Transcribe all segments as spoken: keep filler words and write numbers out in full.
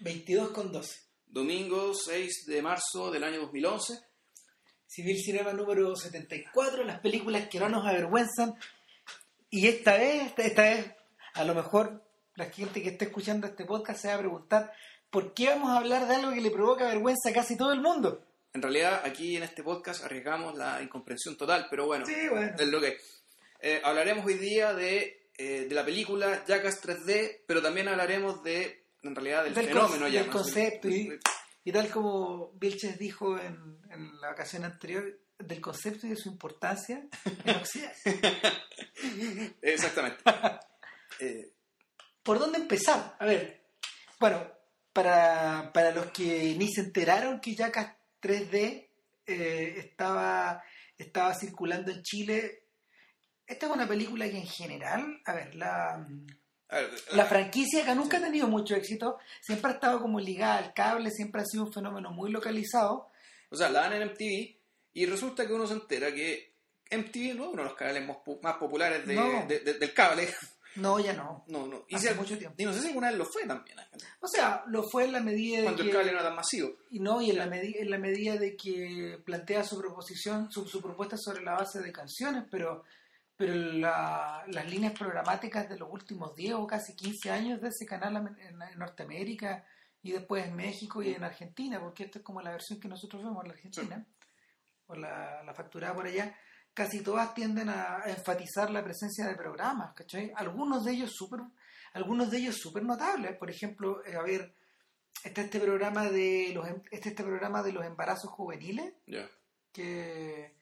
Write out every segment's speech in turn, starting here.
veintidós con doce. Domingo seis de marzo del año dos mil once. Civil Cinema número setenta y cuatro, las películas que no nos avergüenzan. Y esta vez, esta vez, a lo mejor la gente que esté escuchando este podcast se va a preguntar ¿por qué vamos a hablar de algo que le provoca vergüenza a casi todo el mundo? En realidad, aquí en este podcast arriesgamos la incomprensión total, pero bueno, sí, bueno. es lo que eh, hablaremos hoy día de, eh, de la película Jackass tres D, pero también hablaremos de, en realidad, del, del fenómeno con, ya. Del concepto, y, y tal como Vilches dijo en, en la ocasión anterior, del concepto y de su importancia en Occidente. Exactamente. eh, ¿Por dónde empezar? A ver, bueno, para, para los que ni se enteraron que Jackass tres D eh, estaba, estaba circulando en Chile, esta es una película que en general, a ver, la, a ver, la, la franquicia que nunca sí. ha tenido mucho éxito, siempre ha estado como ligada al cable, siempre ha sido un fenómeno muy localizado. O sea, la dan en M T V y resulta que uno se entera que M T V no es uno de los canales más, más populares de, no. de, de, del cable. No, ya no. No, no. Y hace si, mucho tiempo. Y no sé si alguna vez lo fue también. O sea, lo fue en la medida de Cuando que... el cable no era tan masivo. Y no, y en la, medi- en la medida de que plantea su proposición, su, su propuesta sobre la base de canciones, pero, pero la, las líneas programáticas de los últimos diez o casi quince años de ese canal en, en Norteamérica y después en México y en Argentina, porque esta es como la versión que nosotros vemos en la Argentina, sí. o la, la facturada por allá, casi todas tienden a enfatizar la presencia de programas, ¿cachai? Algunos de ellos súper algunos de ellos súper notables. Por ejemplo, eh, a ver, está este programa de los está este programa de los embarazos juveniles, yeah. que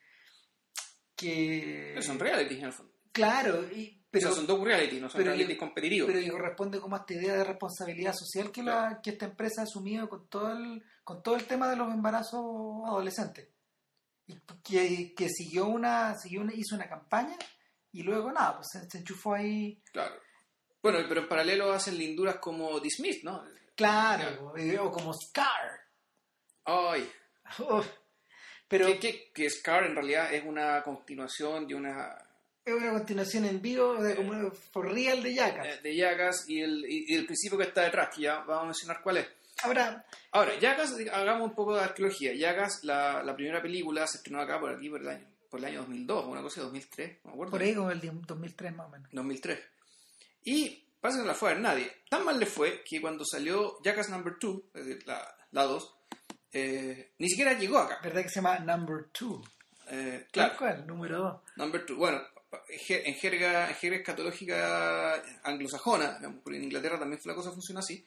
que pero son reality en el fondo. Claro, y, pero o sea, son dos reality, no son pero reality y, competitivos. Pero y corresponde como a esta idea de responsabilidad social que claro. la que esta empresa ha asumido con todo el con todo el tema de los embarazos adolescentes. Y que, que siguió una, siguió una, hizo una campaña y luego nada, pues se, se enchufó ahí. Claro. Bueno, pero en paralelo hacen linduras como Dismissed, ¿no? Claro, claro. O como Scar. Ay. Oh, pero que, que, que Scar en realidad es una continuación de una... Es una continuación en vivo de como eh, for real de Jackass. De Jackass y el, y, y el principio que está detrás, que ya vamos a mencionar cuál es. Ahora, Ahora, Jackass, hagamos un poco de arqueología. Jackass, la, la primera película se estrenó acá por aquí por el año, por el año dos mil dos, una cosa de dos mil tres, no me acuerdo. Por ahí como el dos mil tres más o menos. dos mil tres. Y pasa que no la fue a ver nadie. Tan mal le fue que cuando salió Jackass number dos, es decir, la, la dos, eh, ni siquiera llegó acá. ¿Verdad que se llama number two? Eh, claro. ¿Cuál? Número dos. Number two. Bueno, en jerga, en jerga escatológica anglosajona, digamos, porque en Inglaterra también la cosa funciona así.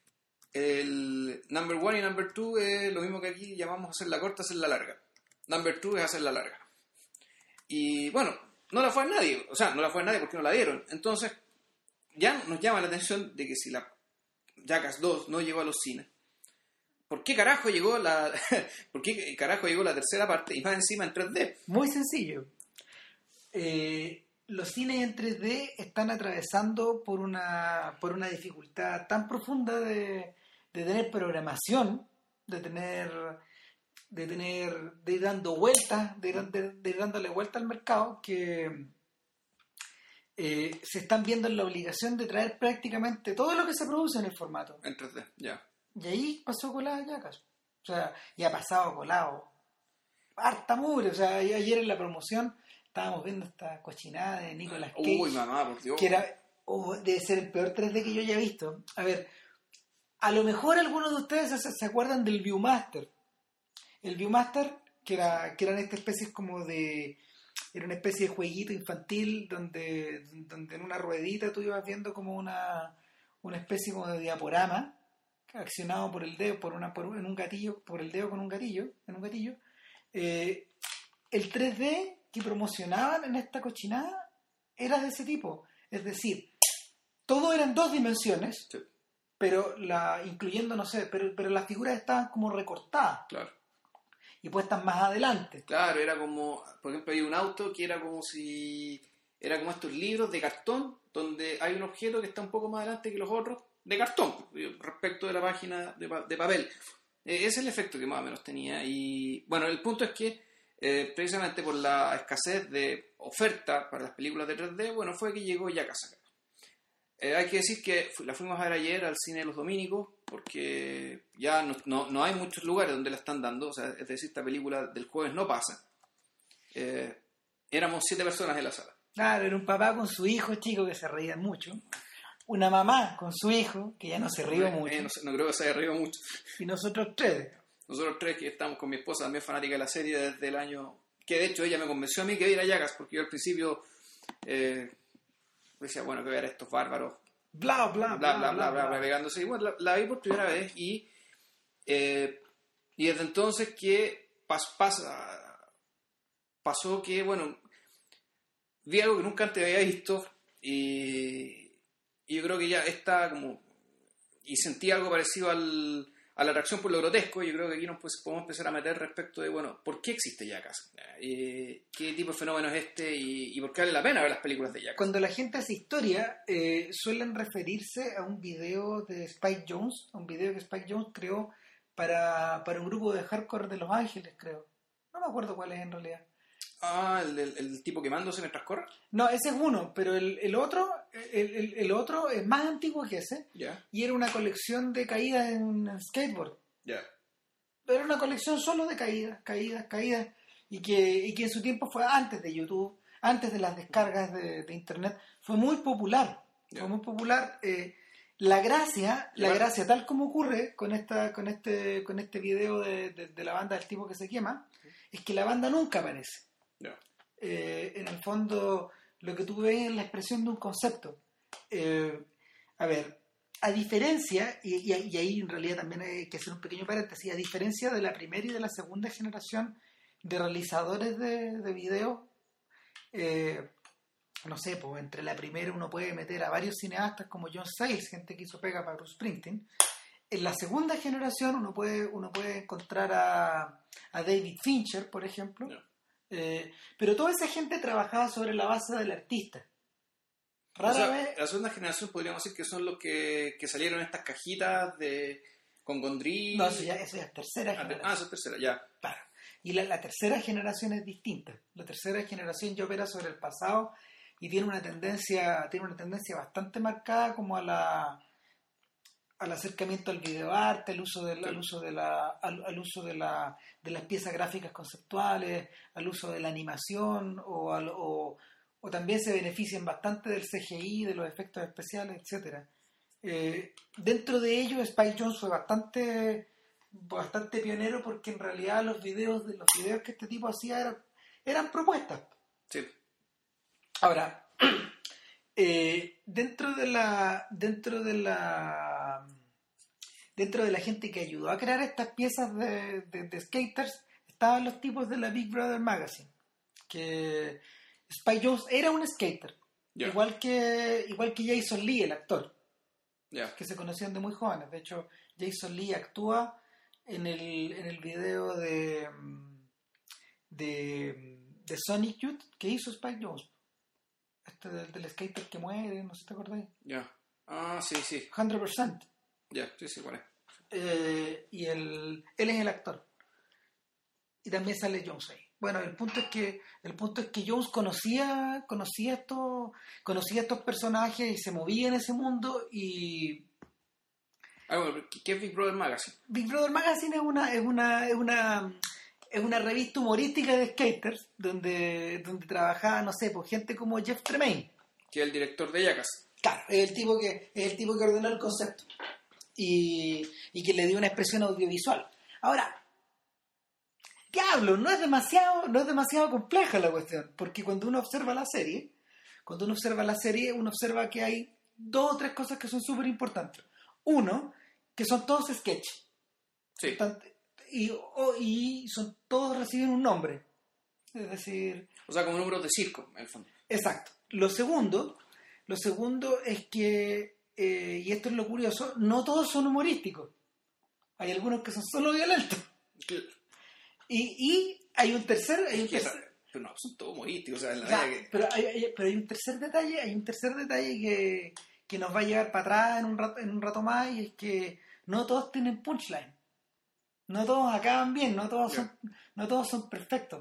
El number one y number two es lo mismo que aquí llamamos hacer la corta, hacer la larga. Number two es hacer la larga. Y bueno, no la fue a nadie. O sea, no la fue a nadie porque no la dieron. Entonces, ya nos llama la atención de que si la Jackass dos no llegó a los cines, ¿por qué carajo llegó la ¿por qué carajo llegó la tercera parte y más encima en tres D? Muy sencillo. Eh, los cines en tres D están atravesando por una por una dificultad tan profunda de, de tener programación, de tener de tener de ir dando vueltas, de, de, de ir dándole vuelta al mercado, que eh, se están viendo en la obligación de traer prácticamente todo lo que se produce en el formato. En tres D, ya. Y ahí pasó colada Jackass. O sea, y ha pasado colado. Harta mugre. O sea, ayer en la promoción estábamos viendo esta cochinada de Nicolas Cage. Uy, mamá, por Dios. Que era, oh, debe ser el peor tres D que yo haya visto. A ver, a lo mejor algunos de ustedes se, se acuerdan del Viewmaster. El Viewmaster, que era que eran estas especies como de... Era una especie de jueguito infantil donde, donde en una ruedita tú ibas viendo como una, una especie como de diaporama accionado por el dedo, por una, por, en un gatillo, por el dedo con un gatillo, en un gatillo. Eh, el tres D que promocionaban en esta cochinada era de ese tipo. Es decir, todo era en dos dimensiones, sí. pero la, incluyendo, no sé, pero, pero las figuras estaban como recortadas. Claro. Y puestas más adelante. Claro, era como, por ejemplo, hay un auto que era como si, era como estos libros de cartón, donde hay un objeto que está un poco más adelante que los otros, de cartón, respecto de la página de, de papel. Eh, ese es el efecto que más o menos tenía. Y bueno, el punto es que, eh, precisamente por la escasez de oferta para las películas de tres D, bueno, fue que llegó Jackass acá. Eh, hay que decir que fu- la fuimos a ver ayer al cine de los Dominicos, porque ya no, no, no hay muchos lugares donde la están dando, o sea, es decir, esta película del jueves no pasa. Eh, éramos siete personas en la sala. Claro, era un papá con su hijo chico que se reía mucho. Una mamá con su hijo que ya no se rió Eh, mucho. eh, no, sé, no creo que se haya reído mucho. Y nosotros tres. Nosotros tres que estamos con mi esposa, también fanática de la serie desde el año... Que de hecho ella me convenció a mí que viera Jackass, porque yo al principio eh, decía, bueno, que ver a estos bárbaros, Bla, bla, bla, bla, bla, bla, bla, pegándose. Y bueno, la, la vi por primera vez y, eh, y desde entonces que pas, pasa, pasó que, bueno, vi algo que nunca antes había visto y, y yo creo que ya está como... Y sentí algo parecido al... a la atracción por lo grotesco. Yo creo que aquí nos pues, podemos empezar a meter respecto de, bueno, ¿por qué existe Jackass? Eh, ¿Qué tipo de fenómeno es este? Y, y por qué vale la pena ver las películas de Jackass. Cuando la gente hace historia, eh, suelen referirse a un video de Spike Jonze, a un video que Spike Jonze creó para, para un grupo de hardcore de Los Ángeles, creo. No me acuerdo cuál es en realidad. Ah, el, el, el tipo quemándose mientras corre. No, ese es uno, pero el, el otro el, el, el otro es más antiguo que ese. Ya. Y era una colección de caídas en skateboard. Ya. Era una colección solo de caídas, caídas, caídas. Y que, y que en su tiempo fue antes de YouTube, antes de las descargas de, de internet. Fue muy popular. Ya. Fue muy popular. Eh, la gracia, la Igual- gracia, tal como ocurre con esta, con este, con este video de, de, de la banda del tipo que se quema, es que la banda nunca aparece. Ya. Eh, en el fondo, lo que tú ves es la expresión de un concepto. Eh, a ver, a diferencia, y, y, y ahí en realidad también hay que hacer un pequeño paréntesis, a diferencia de la primera y de la segunda generación de realizadores de, de video, eh, no sé, pues entre la primera uno puede meter a varios cineastas como John Sayles, gente que hizo pega para Bruce Springsteen. En la segunda generación uno puede, uno puede encontrar a, a David Fincher, por ejemplo. Ya. Eh, pero toda esa gente trabajaba sobre la base del artista. Rara O sea, vez. la segunda generación podríamos decir que son los que, que salieron en estas cajitas de con Gondry. No, eso ya, eso ya es tercera Ah, de- generación. ah, eso es tercera, ya. Claro. Y la, la tercera generación es distinta. La tercera generación ya opera sobre el pasado y tiene una tendencia, tiene una tendencia bastante marcada como a la al acercamiento al videoarte, al uso del, al uso de la, al, al uso de la, de las piezas gráficas conceptuales, al uso de la animación, o, al, o, o también se benefician bastante del C G I, de los efectos especiales, etcétera. Eh, dentro de ello, Spike Jonze fue bastante, bastante pionero porque en realidad los videos, los videos que este tipo hacía eran, eran propuestas. Sí. Ahora, eh, dentro de la dentro de la dentro de la gente que ayudó a crear estas piezas de, de, de skaters estaban los tipos de la Big Brother Magazine, que Spike Jonze era un skater, Ya. igual que igual que Jason Lee, el actor, Ya. que se conocían de muy jóvenes. De hecho, Jason Lee actúa en el en el video de de, de Sonic Youth que hizo Spike Jonze. Este del, del skater que muere, no sé si te acordáis. Ya. Ah, sí, sí. cien por ciento. Ya, sí, sí, cuál es. Eh, y el, él es el actor. Y también sale Jones ahí. Bueno, el punto es que el punto es que Jones conocía conocía estos conocía estos personajes y se movía en ese mundo. Y Ah, bueno, ¿qué qué es Big Brother Magazine? Big Brother Magazine es una es una es una es una revista humorística de skaters donde donde trabajaba, no sé, pues gente como Jeff Tremaine. Que es el director de Jackass. Claro, es el tipo que es el tipo que ordenó el concepto y, y que le dio una expresión audiovisual. Ahora, diablo, no es demasiado, no es demasiado compleja la cuestión, porque cuando uno observa la serie, cuando uno observa la serie, uno observa que hay dos o tres cosas que son súper importantes. Uno, que son todos sketches. Sí. Y, o- y son todos reciben un nombre. Es decir, O sea, como números de circo, en el fondo. exacto. Lo segundo, lo segundo es que, eh, y esto es lo curioso, no todos son humorísticos. Hay algunos que son solo violentos. Y, y hay un tercer, hay un ¿Qué tercer, Pero no, son todos humorísticos. O sea, en la o sea, medida que... pero, hay, hay- pero hay un tercer detalle, hay un tercer detalle que, que nos va a llevar para atrás en un rato, en un rato más, y es que no todos tienen punchline. No todos acaban bien, no todos son, no todos son perfectos.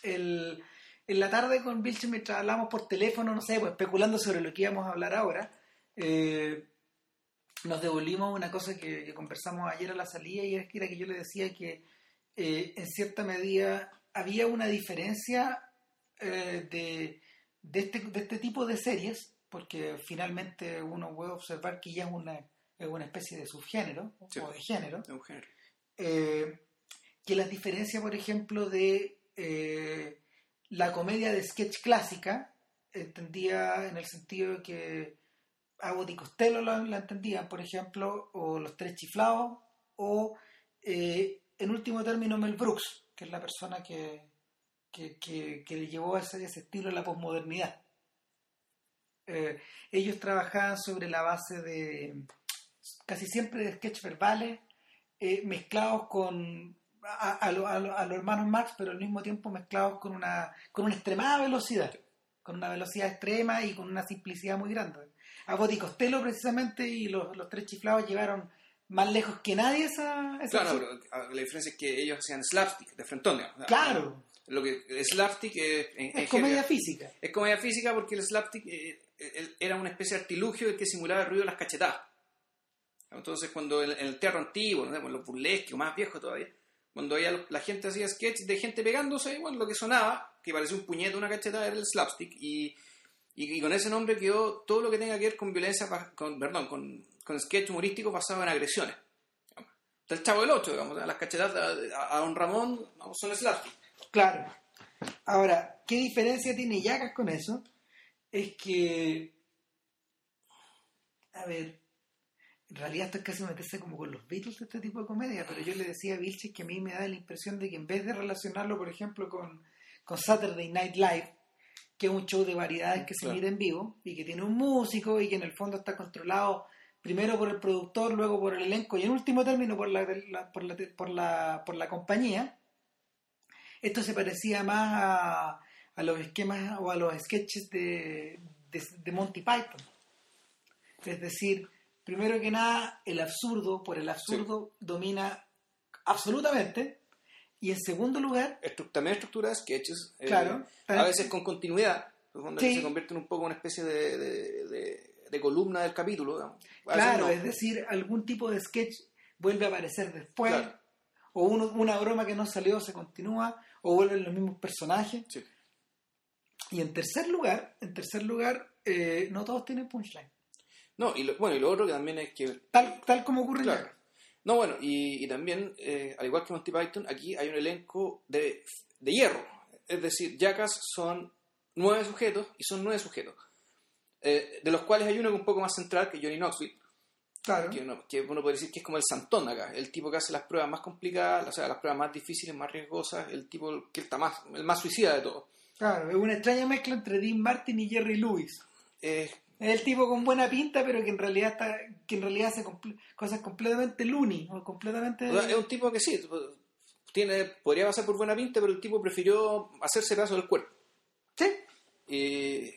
El, en la tarde con Vilche, mientras hablamos por teléfono, no sé, pues especulando sobre lo que íbamos a hablar ahora, eh, nos devolvimos una cosa que, que conversamos ayer a la salida, y es que era que yo le decía que eh, en cierta medida había una diferencia eh, de, de, este, de este tipo de series, porque finalmente uno puede observar que ya es una, es una especie de subgénero, sí, o de género, de un género. Eh, que las diferencias, por ejemplo, de eh, la comedia de sketch clásica, entendía en el sentido de que Abbott y Costello la, la entendían, por ejemplo, o Los Tres Chiflados, o eh, en último término Mel Brooks, que es la persona que, que, que, que le llevó a ese, ese estilo a la posmodernidad. Eh, ellos trabajaban sobre la base de casi siempre de sketch verbales, eh, mezclados con a, a, lo, a, lo, a los hermanos Marx, pero al mismo tiempo mezclados con una con una extremada velocidad, con una velocidad extrema y con una simplicidad muy grande. Abbott y Costello precisamente y los, los Tres Chiflados llevaron más lejos que nadie esa, esa claro, pero la diferencia es que ellos hacían slapstick de frentón, digamos. Claro. Lo que slapstick es, en, es en comedia jerga, física. Es comedia física porque el slapstick eh, era una especie de artilugio que simulaba el ruido de las cachetadas. Entonces, cuando en el teatro antiguo, no sé, en los burlesques o más viejos todavía, cuando había, la gente hacía sketch de gente pegándose, bueno, lo que sonaba, que parecía un puñete, una cachetada, era el slapstick, y, y, y con ese nombre quedó todo lo que tenga que ver con violencia, con, perdón, con, con sketch humorístico basado en agresiones. Está el Chavo del Ocho, digamos, las cachetadas a, a Don Ramón son slapstick. Claro. Ahora, ¿qué diferencia tiene Jackass con eso? Es que, a ver, en realidad esto es casi meterse como con los Beatles de este tipo de comedia, pero yo le decía a Vilches que a mí me da la impresión de que en vez de relacionarlo, por ejemplo, con, con Saturday Night Live, que es un show de variedades que se claro. mira en vivo y que tiene un músico y que en el fondo está controlado primero por el productor, luego por el elenco y en último término por la, la, por la, por la, por la compañía, esto se parecía más a, a los esquemas o a los sketches de, de, de Monty Python. Es decir, primero que nada, el absurdo, por el absurdo, sí. domina absolutamente. Y en segundo lugar... Estru- también estructura de sketches, claro, eh, a veces con continuidad, donde sí. se convierte en un poco una especie de, de, de, de columna del capítulo. Digamos. Claro, no. Es decir, algún tipo de sketch vuelve a aparecer después, claro. o uno, una broma que no salió se continúa, o vuelven los mismos personajes. Sí. Y en tercer lugar, en tercer lugar, eh, no todos tienen punchline. No, y lo, bueno, y lo otro que también es que... Tal, tal como ocurre claro. en No, bueno, y, y también, eh, al igual que Monty Python, aquí hay un elenco de, de hierro. Es decir, Jackass son nueve sujetos, y son nueve sujetos. Eh, de los cuales hay uno que es un poco más central, que Johnny Knoxville. Claro. Que uno, que uno puede decir que es como el santón acá. El tipo que hace las pruebas más complicadas, o sea, las pruebas más difíciles, más riesgosas. El tipo que está más, el más suicida de todos. Claro, es una extraña mezcla entre Dean Martin y Jerry Lewis. Eh, Es el tipo con buena pinta, pero que en realidad está, que en realidad hace compl- cosas completamente loony, o completamente... O sea, es un tipo que sí, tiene, podría pasar por buena pinta, pero el tipo prefirió hacerse pedazo del cuerpo. Sí. Y...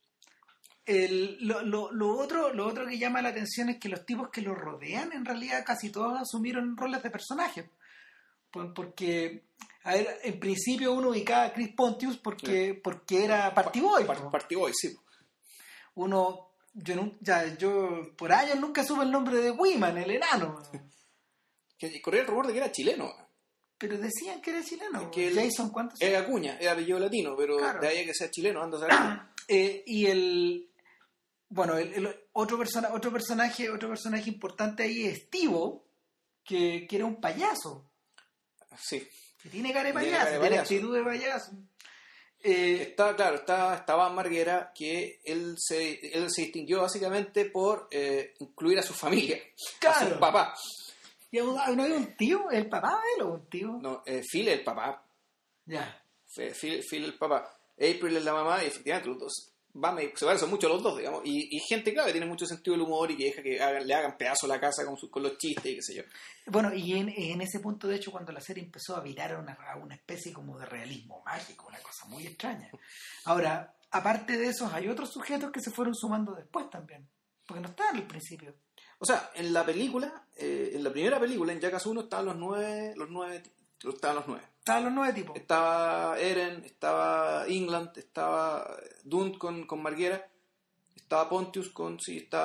El, lo, lo, lo, otro, lo otro que llama la atención es que los tipos que lo rodean, en realidad casi todos asumieron roles de personajes. Porque, a ver, en principio uno ubicaba a Chris Pontius porque, sí. porque era Party Boy. Par, Party Boy, sí. Uno, yo, no, ya, yo por años nunca supe el nombre de Wiman, el enano. Que corría el rumor de que era chileno. Pero decían que era chileno. Que Jason, ¿cuántos? Era Acuña, era apellido latino, pero claro. De ahí a que sea chileno, anda a saber. eh, y el... Bueno, el, el otro, persona, otro personaje otro personaje importante ahí es Tivo, que, que era un payaso. Sí. Que tiene cara de payaso, tiene, tiene actitud de payaso. Eh, está, claro, está, estaba Marguera, que él se, él se distinguió básicamente por eh, incluir a su familia, claro. A su papá. ¿Y no había un tío? ¿El papá de él o un tío? No, eh, Phil es el papá. Ya. Phil, Phil el papá. April es la mamá y efectivamente los dos van, se parecen mucho los dos, digamos. Y, y gente, claro, que tiene mucho sentido del humor y que deja que hagan, le hagan pedazo a la casa con, su, con los chistes y qué sé yo. Bueno, y en, en ese punto, de hecho, cuando la serie empezó a virar a una, a una especie como de realismo mágico, una cosa muy extraña. Ahora, aparte de esos, hay otros sujetos que se fueron sumando después también, porque no estaban al principio. O sea, en la película, eh, en la primera película, en Jackass uno, estaban los nueve, los nueve, estaban los nueve. Estaban los nueve tipos. Estaba Eren, estaba England, estaba Dund con, con Marguera, estaba Pontius con, sí, estaba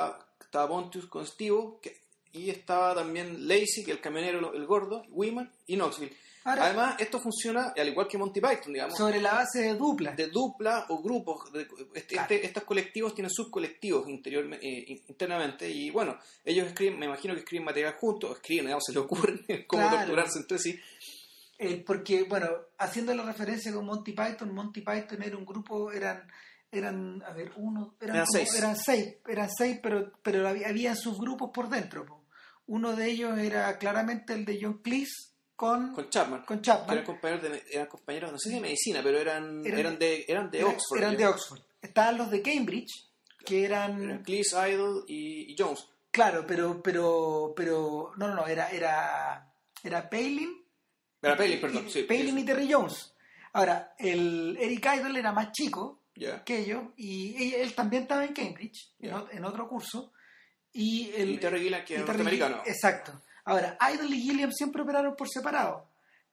estaba Pontius con Steve, que, y estaba también Lacey, que es el camionero, el gordo, Wiman y Knoxville. Ahora, además, esto funciona al igual que Monty Python, digamos. Sobre la base de duplas. De duplas o grupos. De, este, claro. este, estos colectivos tienen subcolectivos interior, eh, internamente. Y bueno, ellos escriben, me imagino que escriben material juntos, escriben, digamos, se les ocurre cómo claro. torturarse entre sí. Eh, porque, bueno, haciendo la referencia con Monty Python, Monty Python era un grupo, eran, eran a ver, uno, eran, eran, como, seis. eran seis, eran seis, pero, pero había, había subgrupos por dentro. Po. Uno de ellos era claramente el de John Cleese, Con, con Chapman, con Chapman. Eran compañeros, de, eran compañeros, no sé si de medicina, pero eran, eran, eran de, eran de eran, Oxford. Eran de Oxford. Estaban los de Cambridge, que eran... eran Cleese, Idle y, y Jones. Claro, pero, pero, pero, no, no, no, era, era, era Palin. Era Palin, perdón, y, sí. Palin sí. y Terry Jones. Ahora, el Eric Idle era más chico yeah. que ellos, y él, él también estaba en Cambridge, yeah. en, en otro curso. Y, el, y Terry Gilliam, que era Terry, norteamericano. Exacto. Ahora, Idle y Gilliam siempre operaron por separado.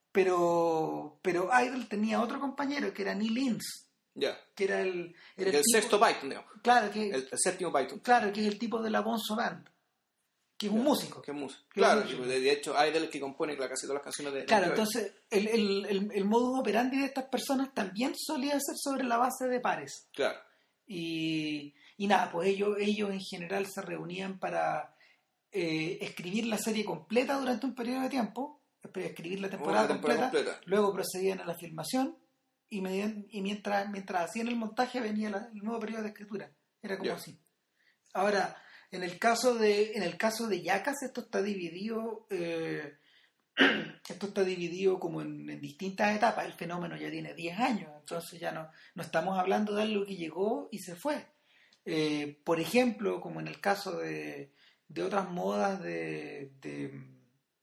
Pero, pero Idle tenía otro compañero que era Neil Innes, yeah. que era el, era el, el el tipo, sexto Python, digamos. Claro, que, el, el séptimo Python. Claro, que es el tipo de la Bonzo Band, que es yeah. un músico. Que es músico. Que claro, es músico. De hecho, Idle es el que compone casi todas las canciones de... Claro, de entonces el, el, el, el modus operandi de estas personas también solía ser sobre la base de pares. Claro. Y, y nada, pues ellos, ellos en general se reunían para eh, escribir la serie completa durante un periodo de tiempo, escribir la temporada, oh, la temporada completa, completa, luego procedían a la filmación y, median, y mientras, mientras hacían el montaje venía la, el nuevo periodo de escritura. Era como yeah. así. Ahora, en el caso de en el caso de Jackass, esto está dividido eh, esto está dividido como en, en distintas etapas. El fenómeno ya tiene diez años, entonces ya no, no estamos hablando de algo que llegó y se fue. Eh, por ejemplo, como en el caso de, de otras modas de, de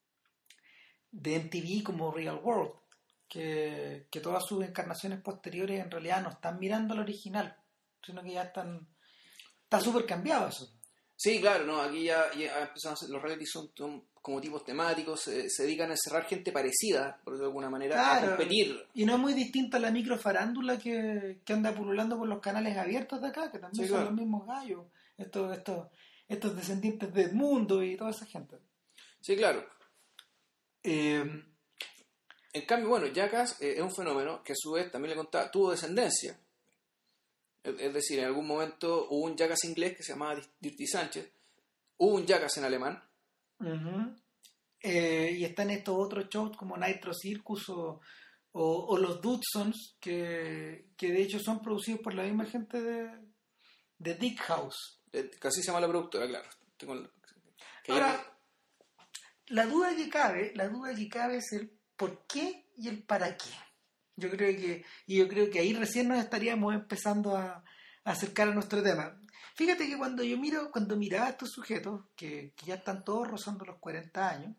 de M T V como Real World, que, que todas sus encarnaciones posteriores en realidad no están mirando al original, sino que ya están está súper cambiado eso. Sí, claro, no, aquí ya, ya empezaron a hacer, los reality son, son como tipos temáticos, se, se dedican a encerrar gente parecida, por de alguna manera, claro, a competir. Y no es muy distinta a la microfarándula que, que anda pululando por los canales abiertos de acá, que también sí, son claro. los mismos gallos, estos, estos, estos descendientes de Edmundo y toda esa gente. Sí, claro. Eh, en cambio, bueno, Jackass eh, es un fenómeno que a su vez también le contaba, tuvo descendencia. Es, es decir, en algún momento hubo un Jackass inglés que se llamaba Dirty Sánchez, hubo un Jackass en alemán. Uh-huh. Eh, y están estos otros shows como Nitro Circus o, o, o los Dudsons, que, que de hecho son producidos por la misma gente de, de Dick House. Eh, casi se llama la productora, claro. Tengo el, que Ahora, ya... La duda que cabe, la duda que cabe es el por qué y el para qué. Yo creo que, y yo creo que ahí recién nos estaríamos empezando a, a acercar a nuestro tema. Fíjate que cuando yo miro, cuando miraba a estos sujetos, que, que ya están todos rozando los cuarenta años,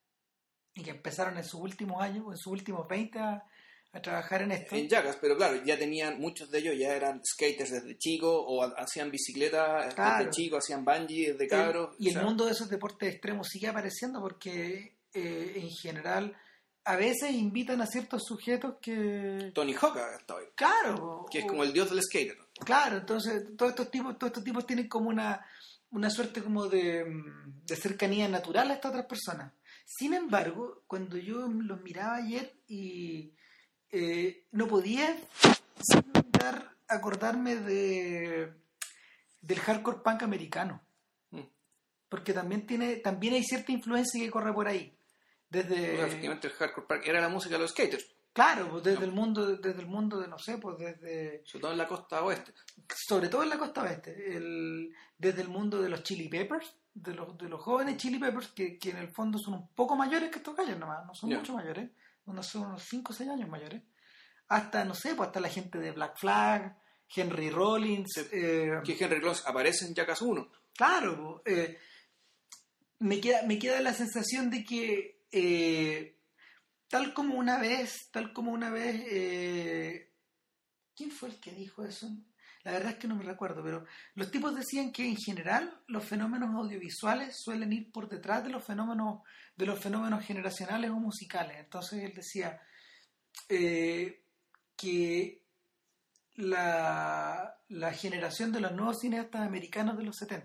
y que empezaron en sus últimos años, en sus últimos veinte a, a trabajar en esto. En Jackass, pero claro, ya tenían, muchos de ellos ya eran skaters desde chicos, o hacían bicicleta claro. desde chicos, hacían bungee desde cabros. El, y el sea, mundo de esos deportes extremos sigue apareciendo porque eh, en general a veces invitan a ciertos sujetos que... Tony Hawk hasta hoy. Claro. Que es como el dios del skater. Claro, entonces todos estos tipos, todos estos tipos tienen como una, una suerte como de, de cercanía natural a estas otras personas. Sin embargo, cuando yo los miraba ayer y eh, no podía sin acordarme de del hardcore punk americano, mm. porque también tiene también hay cierta influencia que corre por ahí. Desde, o sea, efectivamente el hardcore punk era la música de los skaters. Claro, pues desde no. el mundo, desde el mundo de no sé, pues desde sobre todo en la costa oeste. Sobre todo en la costa oeste, el, desde el mundo de los Chili Peppers, de los de los jóvenes Chili Peppers que, que en el fondo son un poco mayores que estos gallos nomás, no son yeah. mucho mayores, unos son unos cinco o seis años mayores. Hasta no sé, pues hasta la gente de Black Flag, Henry Rollins, sí. eh, que Henry Rollins aparece en Jackass uno. Claro, eh, me queda me queda la sensación de que eh, tal como una vez, tal como una vez, eh, ¿quién fue el que dijo eso? La verdad es que no me recuerdo, pero los tipos decían que en general los fenómenos audiovisuales suelen ir por detrás de los fenómenos, de los fenómenos generacionales o musicales. Entonces él decía eh, que la, la generación de los nuevos cineastas americanos de los setenta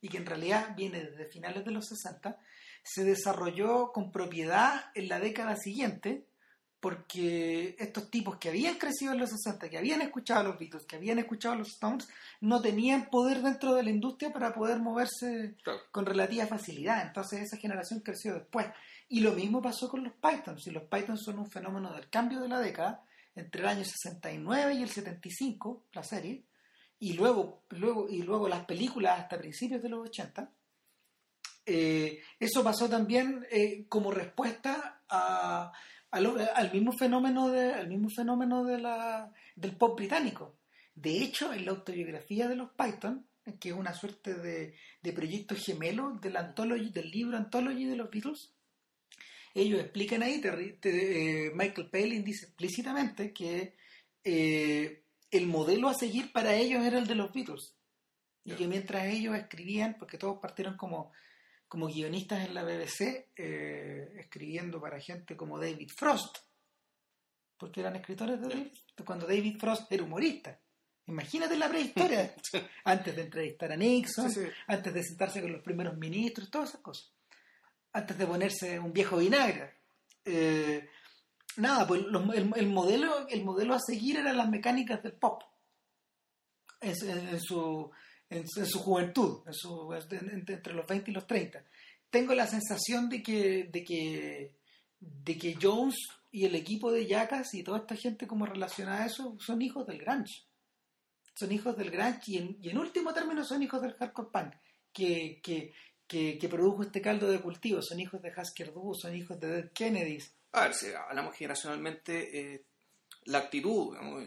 y que en realidad viene desde finales de los sesenta, se desarrolló con propiedad en la década siguiente, porque estos tipos que habían crecido en los sesenta, que habían escuchado a los Beatles, que habían escuchado a los Stones, no tenían poder dentro de la industria para poder moverse Claro. con relativa facilidad. Entonces esa generación creció después. Y lo mismo pasó con los Pythons. Y los Pythons son un fenómeno del cambio de la década, entre el año sesenta y nueve y el setenta y cinco, la serie, y luego, luego, y luego las películas hasta principios de los ochenta. Eh, eso pasó también eh, como respuesta a... Al, al mismo fenómeno de al mismo fenómeno de la del pop británico. De hecho, en la autobiografía de los Python, que es una suerte de, de proyecto gemelo del anthology, del libro Anthology de los Beatles, ellos explican ahí, te, te, eh, Michael Palin dice explícitamente que eh, el modelo a seguir para ellos era el de los Beatles, y yeah. que mientras ellos escribían, porque todos partieron como como guionistas en la B B C, eh, escribiendo para gente como David Frost, porque eran escritores de David, cuando David Frost era humorista. Imagínate la prehistoria, antes de entrevistar a Nixon, sí, sí. antes de sentarse con los primeros ministros, todas esas cosas, antes de ponerse un viejo vinagre. Eh, nada, pues los, el, el, modelo, el modelo a seguir eran las mecánicas del pop, en, en, en su... En su, en su juventud, en su, entre los veinte y los treinta. Tengo la sensación de que, de que, de que Jones y el equipo de Jackass y toda esta gente como relacionada a eso son hijos del grunge. Son hijos del grunge y en, y en último término son hijos del hardcore punk que, que, que, que produjo este caldo de cultivo. Son hijos de Husker Du, son hijos de Dead Kennedys. A ver, si hablamos generacionalmente, eh, la actitud, digamos,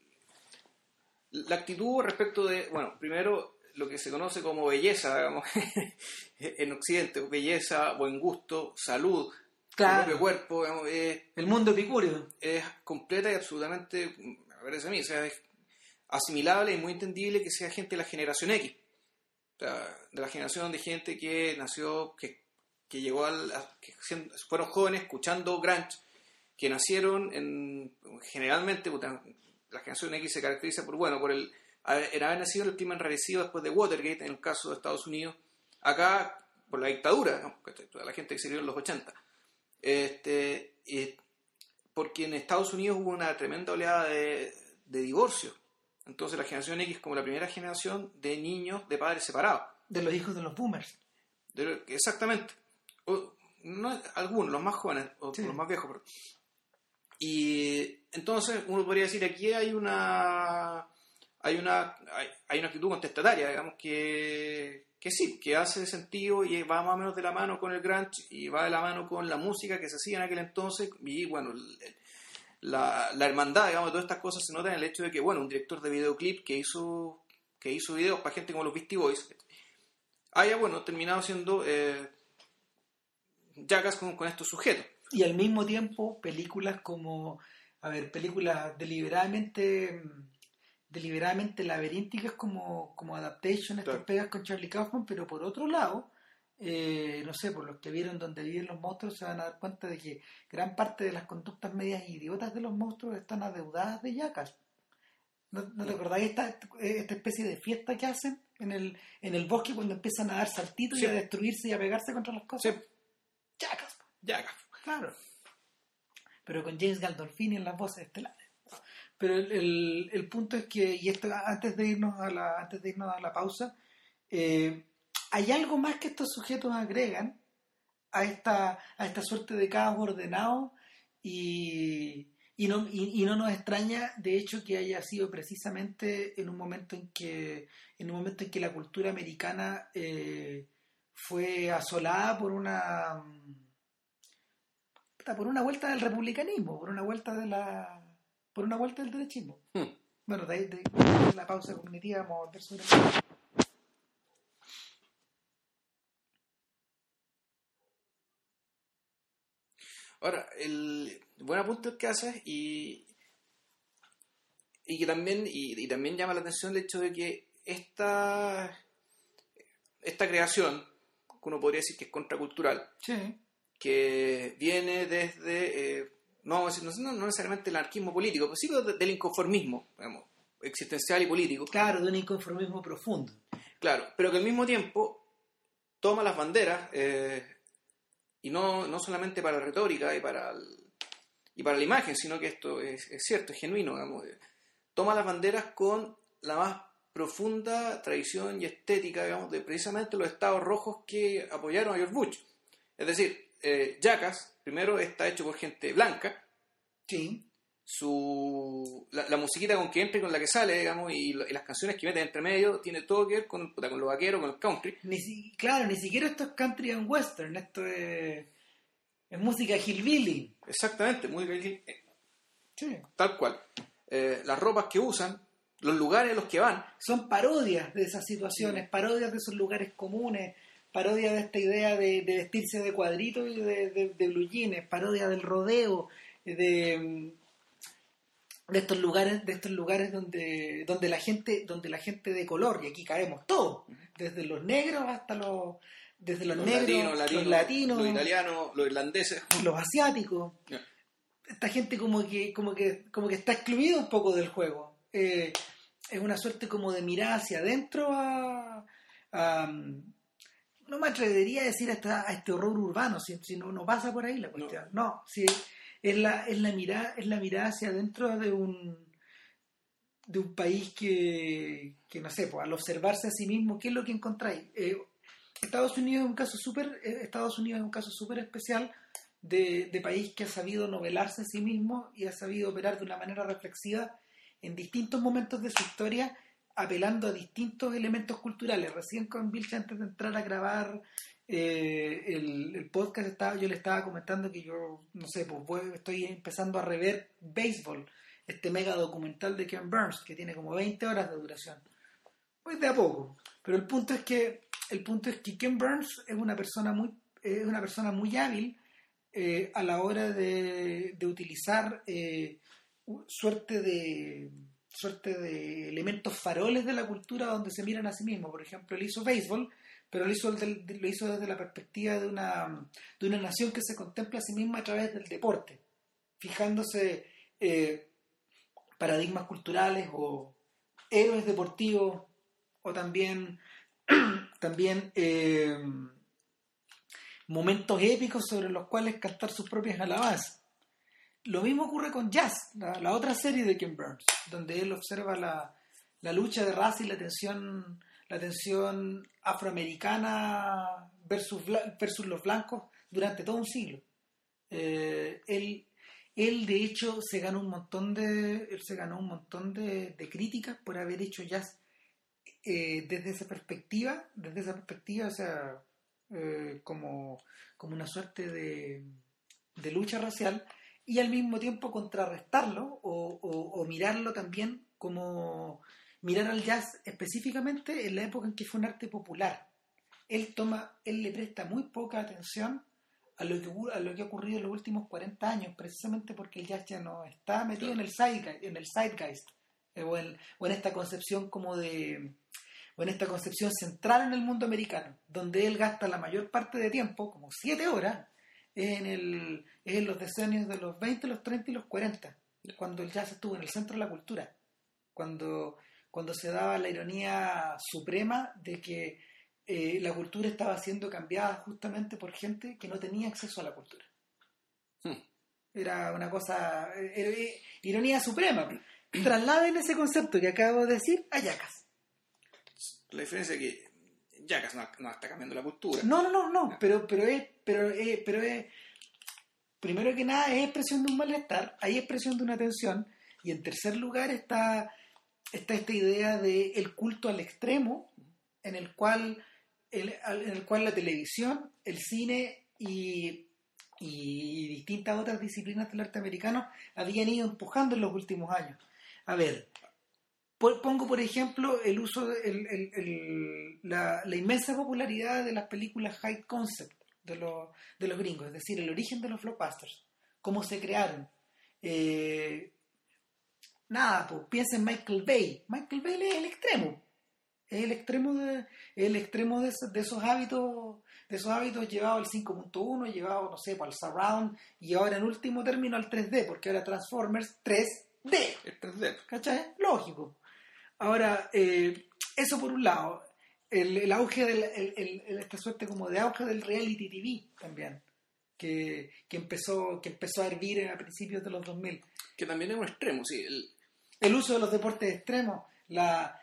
la actitud respecto de, bueno, primero lo que se conoce como belleza, digamos, en Occidente, belleza, buen gusto, salud, claro. el propio cuerpo, digamos, es, el mundo epicúreo es completa y absolutamente, me parece a mí, o sea, es asimilable y muy entendible que sea gente de la generación X, o sea, de la generación de gente que nació, que, que llegó al, a, que fueron jóvenes escuchando grunge, que nacieron en, generalmente, la generación X se caracteriza por, bueno, por el en haber nacido en el clima enrarecido después de Watergate, en el caso de Estados Unidos, acá por la dictadura, ¿no? Toda la gente que se crió en los ochenta, este, eh, porque en Estados Unidos hubo una tremenda oleada de, de divorcio. Entonces la generación X es como la primera generación de niños de padres separados. De los hijos de los boomers. De, exactamente. O, no, algunos, los más jóvenes, o sí. los más viejos. Pero. Y entonces uno podría decir, aquí hay una... Hay una, hay, hay una actitud contestataria, digamos, que, que sí, que hace sentido y va más o menos de la mano con el grunge y va de la mano con la música que se hacía en aquel entonces. Y bueno, la, la hermandad, digamos, de todas estas cosas se nota en el hecho de que, bueno, un director de videoclip que hizo, que hizo videos para gente como los Beastie Boys haya, bueno, terminado siendo eh, Jackass con, con estos sujetos. Y al mismo tiempo, películas como, a ver, películas deliberadamente... deliberadamente laberínticas como, como Adaptation, estas claro. pegas con Charlie Kaufman, pero por otro lado, eh, no sé, por los que vieron Donde viven los monstruos se van a dar cuenta de que gran parte de las conductas medias idiotas de los monstruos están adeudadas de Jackass. ¿No, no te acordáis esta, esta especie de fiesta que hacen en el, en el bosque cuando empiezan a dar saltitos sí. y a destruirse y a pegarse contra las cosas? Sí. Jackass. Jackass. Claro. Pero con James Gandolfini en las voces estelares. Pero el, el, el punto es que, y esto antes de irnos a la, antes de irnos a la pausa, eh, hay algo más que estos sujetos agregan a esta, a esta suerte de caos ordenado y, y, no, y, y no nos extraña, de hecho, que haya sido precisamente en un momento en que, en un momento en que la cultura americana eh, fue asolada por una por una vuelta del republicanismo, por una vuelta de la por una vuelta del derechismo. Hmm. Bueno, de ahí de, de la pausa cognitiva vamos a volver sobre eso. Ahora, el buen apunte que haces y, y que también y, y también llama la atención el hecho de que esta esta creación, que uno podría decir que es contracultural, sí. que viene desde eh, no, no, no necesariamente el anarquismo político, pero sí del inconformismo, digamos, existencial y político. Claro, de un inconformismo profundo. Claro, pero que al mismo tiempo toma las banderas, eh, y no, no solamente para la retórica y para, el, y para la imagen, sino que esto es, es cierto, es genuino, digamos, toma las banderas con la más profunda tradición y estética, digamos, de precisamente los estados rojos que apoyaron a George Bush. Es decir, eh, Jackass, primero, está hecho por gente blanca. Sí. Su, la, la musiquita con que entra y con la que sale, digamos, y, y las canciones que meten entre medio, tiene todo que ver con, con lo vaquero, con el country. Ni si, claro, ni siquiera esto es country and western, esto es, es música hillbilly. Exactamente, música hillbilly. Sí. Tal cual. Eh, las ropas que usan, los lugares a los que van. Son parodias de esas situaciones, sí. Parodias de esos lugares comunes, parodias de esta idea de, de vestirse de cuadritos y de, de, de blue jeans, parodias del rodeo, de... de estos lugares de estos lugares donde donde la gente donde la gente de color, y aquí caemos todos, desde los negros hasta los desde los, los negros latinos, latinos, los latinos, los italianos, los irlandeses, los asiáticos, yeah. Esta gente como que como que como que está excluida un poco del juego. Eh, es una suerte como de mirar hacia adentro a, a no me atrevería a decir a, esta, a este horror urbano, si, si no, no pasa por ahí la cuestión. No, no si Es la, es la mirada, es la mirada hacia adentro de un de un país que, que no sé, pues al observarse a sí mismo, ¿qué es lo que encontráis? Eh, Estados Unidos es un caso súper Estados Unidos es un caso súper especial de, de país que ha sabido novelarse a sí mismo y ha sabido operar de una manera reflexiva en distintos momentos de su historia, apelando a distintos elementos culturales. Recién con Vilcha, antes de entrar a grabar Eh, el, el podcast, estaba, yo le estaba comentando que yo, no sé, pues voy, estoy empezando a rever Baseball, este mega documental de Ken Burns, que tiene como veinte horas de duración. Pues de a poco. Pero el punto es que, el punto es que Ken Burns es una persona muy, es una persona muy hábil eh, a la hora de, de utilizar eh, suerte de suerte de elementos faroles de la cultura donde se miran a sí mismos. Por ejemplo, él hizo Baseball, pero lo hizo, lo hizo desde la perspectiva de una, de una nación que se contempla a sí misma a través del deporte, fijándose eh, paradigmas culturales o héroes deportivos, o también, también eh, momentos épicos sobre los cuales cantar sus propias alabanzas. Lo mismo ocurre con Jazz, la, la otra serie de Ken Burns, donde él observa la, la lucha de raza y la tensión... la tensión afroamericana versus, versus los blancos durante todo un siglo. Eh, él, él de hecho se ganó un montón de él se ganó un montón de, de críticas por haber hecho jazz eh, desde esa perspectiva, desde esa perspectiva, o sea, eh, como, como una suerte de, de lucha racial, y al mismo tiempo contrarrestarlo o, o, o mirarlo también como mirar al jazz específicamente en la época en que fue un arte popular. Él toma, él le presta muy poca atención a lo que, a lo que ha ocurrido en los últimos cuarenta años, precisamente porque el jazz ya no está metido en el zeitgeist, en el zeitgeist eh, o, en, o en esta concepción como de o en esta concepción central en el mundo americano, donde él gasta la mayor parte de tiempo, como siete horas, en, el, en los decenios de los veinte, los treinta y los cuarenta, cuando el jazz estuvo en el centro de la cultura, cuando cuando se daba la ironía suprema de que eh, la cultura estaba siendo cambiada justamente por gente que no tenía acceso a la cultura. Hmm. Era una cosa, era, era, ironía suprema. Trasladen ese concepto que acabo de decir a Jackass. La diferencia es que Jackass no, no está cambiando la cultura. No, no, no, no, pero, pero es, pero es, pero es, primero que nada es expresión de un malestar, hay expresión de una tensión, y en tercer lugar está está esta idea de el culto al extremo, en el cual el, en el cual la televisión, el cine y, y distintas otras disciplinas del arte americano habían ido empujando en los últimos años. A ver, por, pongo por ejemplo el uso de, el, el, el, la, la inmensa popularidad de las películas high concept de los, de los gringos, es decir, el origen de los blockbusters, cómo se crearon. Eh, Nada, pues piensa en Michael Bay. Michael Bay es el extremo. Es el extremo de, es el extremo de, esos, de esos hábitos, de esos hábitos llevados al cinco punto uno, llevados, no sé, al surround, y ahora en último término al tres D, porque ahora Transformers tres D. El tres D. ¿Cachai? Lógico. Ahora, eh, eso por un lado. el, el auge del el, el, el- esta suerte como de auge del reality T V también, que, que empezó que empezó a hervir a principios de los dos mil. Que también es un extremo, sí. El, El uso de los deportes extremos, la,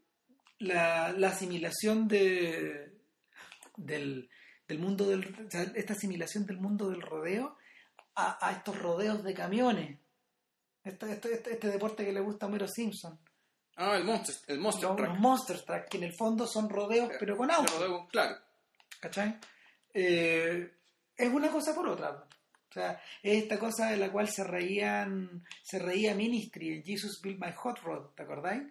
la, la asimilación de del, del mundo del o sea, esta asimilación del mundo del rodeo a, a estos rodeos de camiones. Este, este, este, este deporte que le gusta a Homero Simpson. ah, el Monster, el Monster Los, Truck. los Monster Truck, que en el fondo son rodeos, pero con autos. Pero, claro. ¿Cachai? Eh, es una cosa por otra. O sea, es esta cosa de la cual se reían, se reía Ministry en Jesus Built My Hot Rod, ¿te acordáis?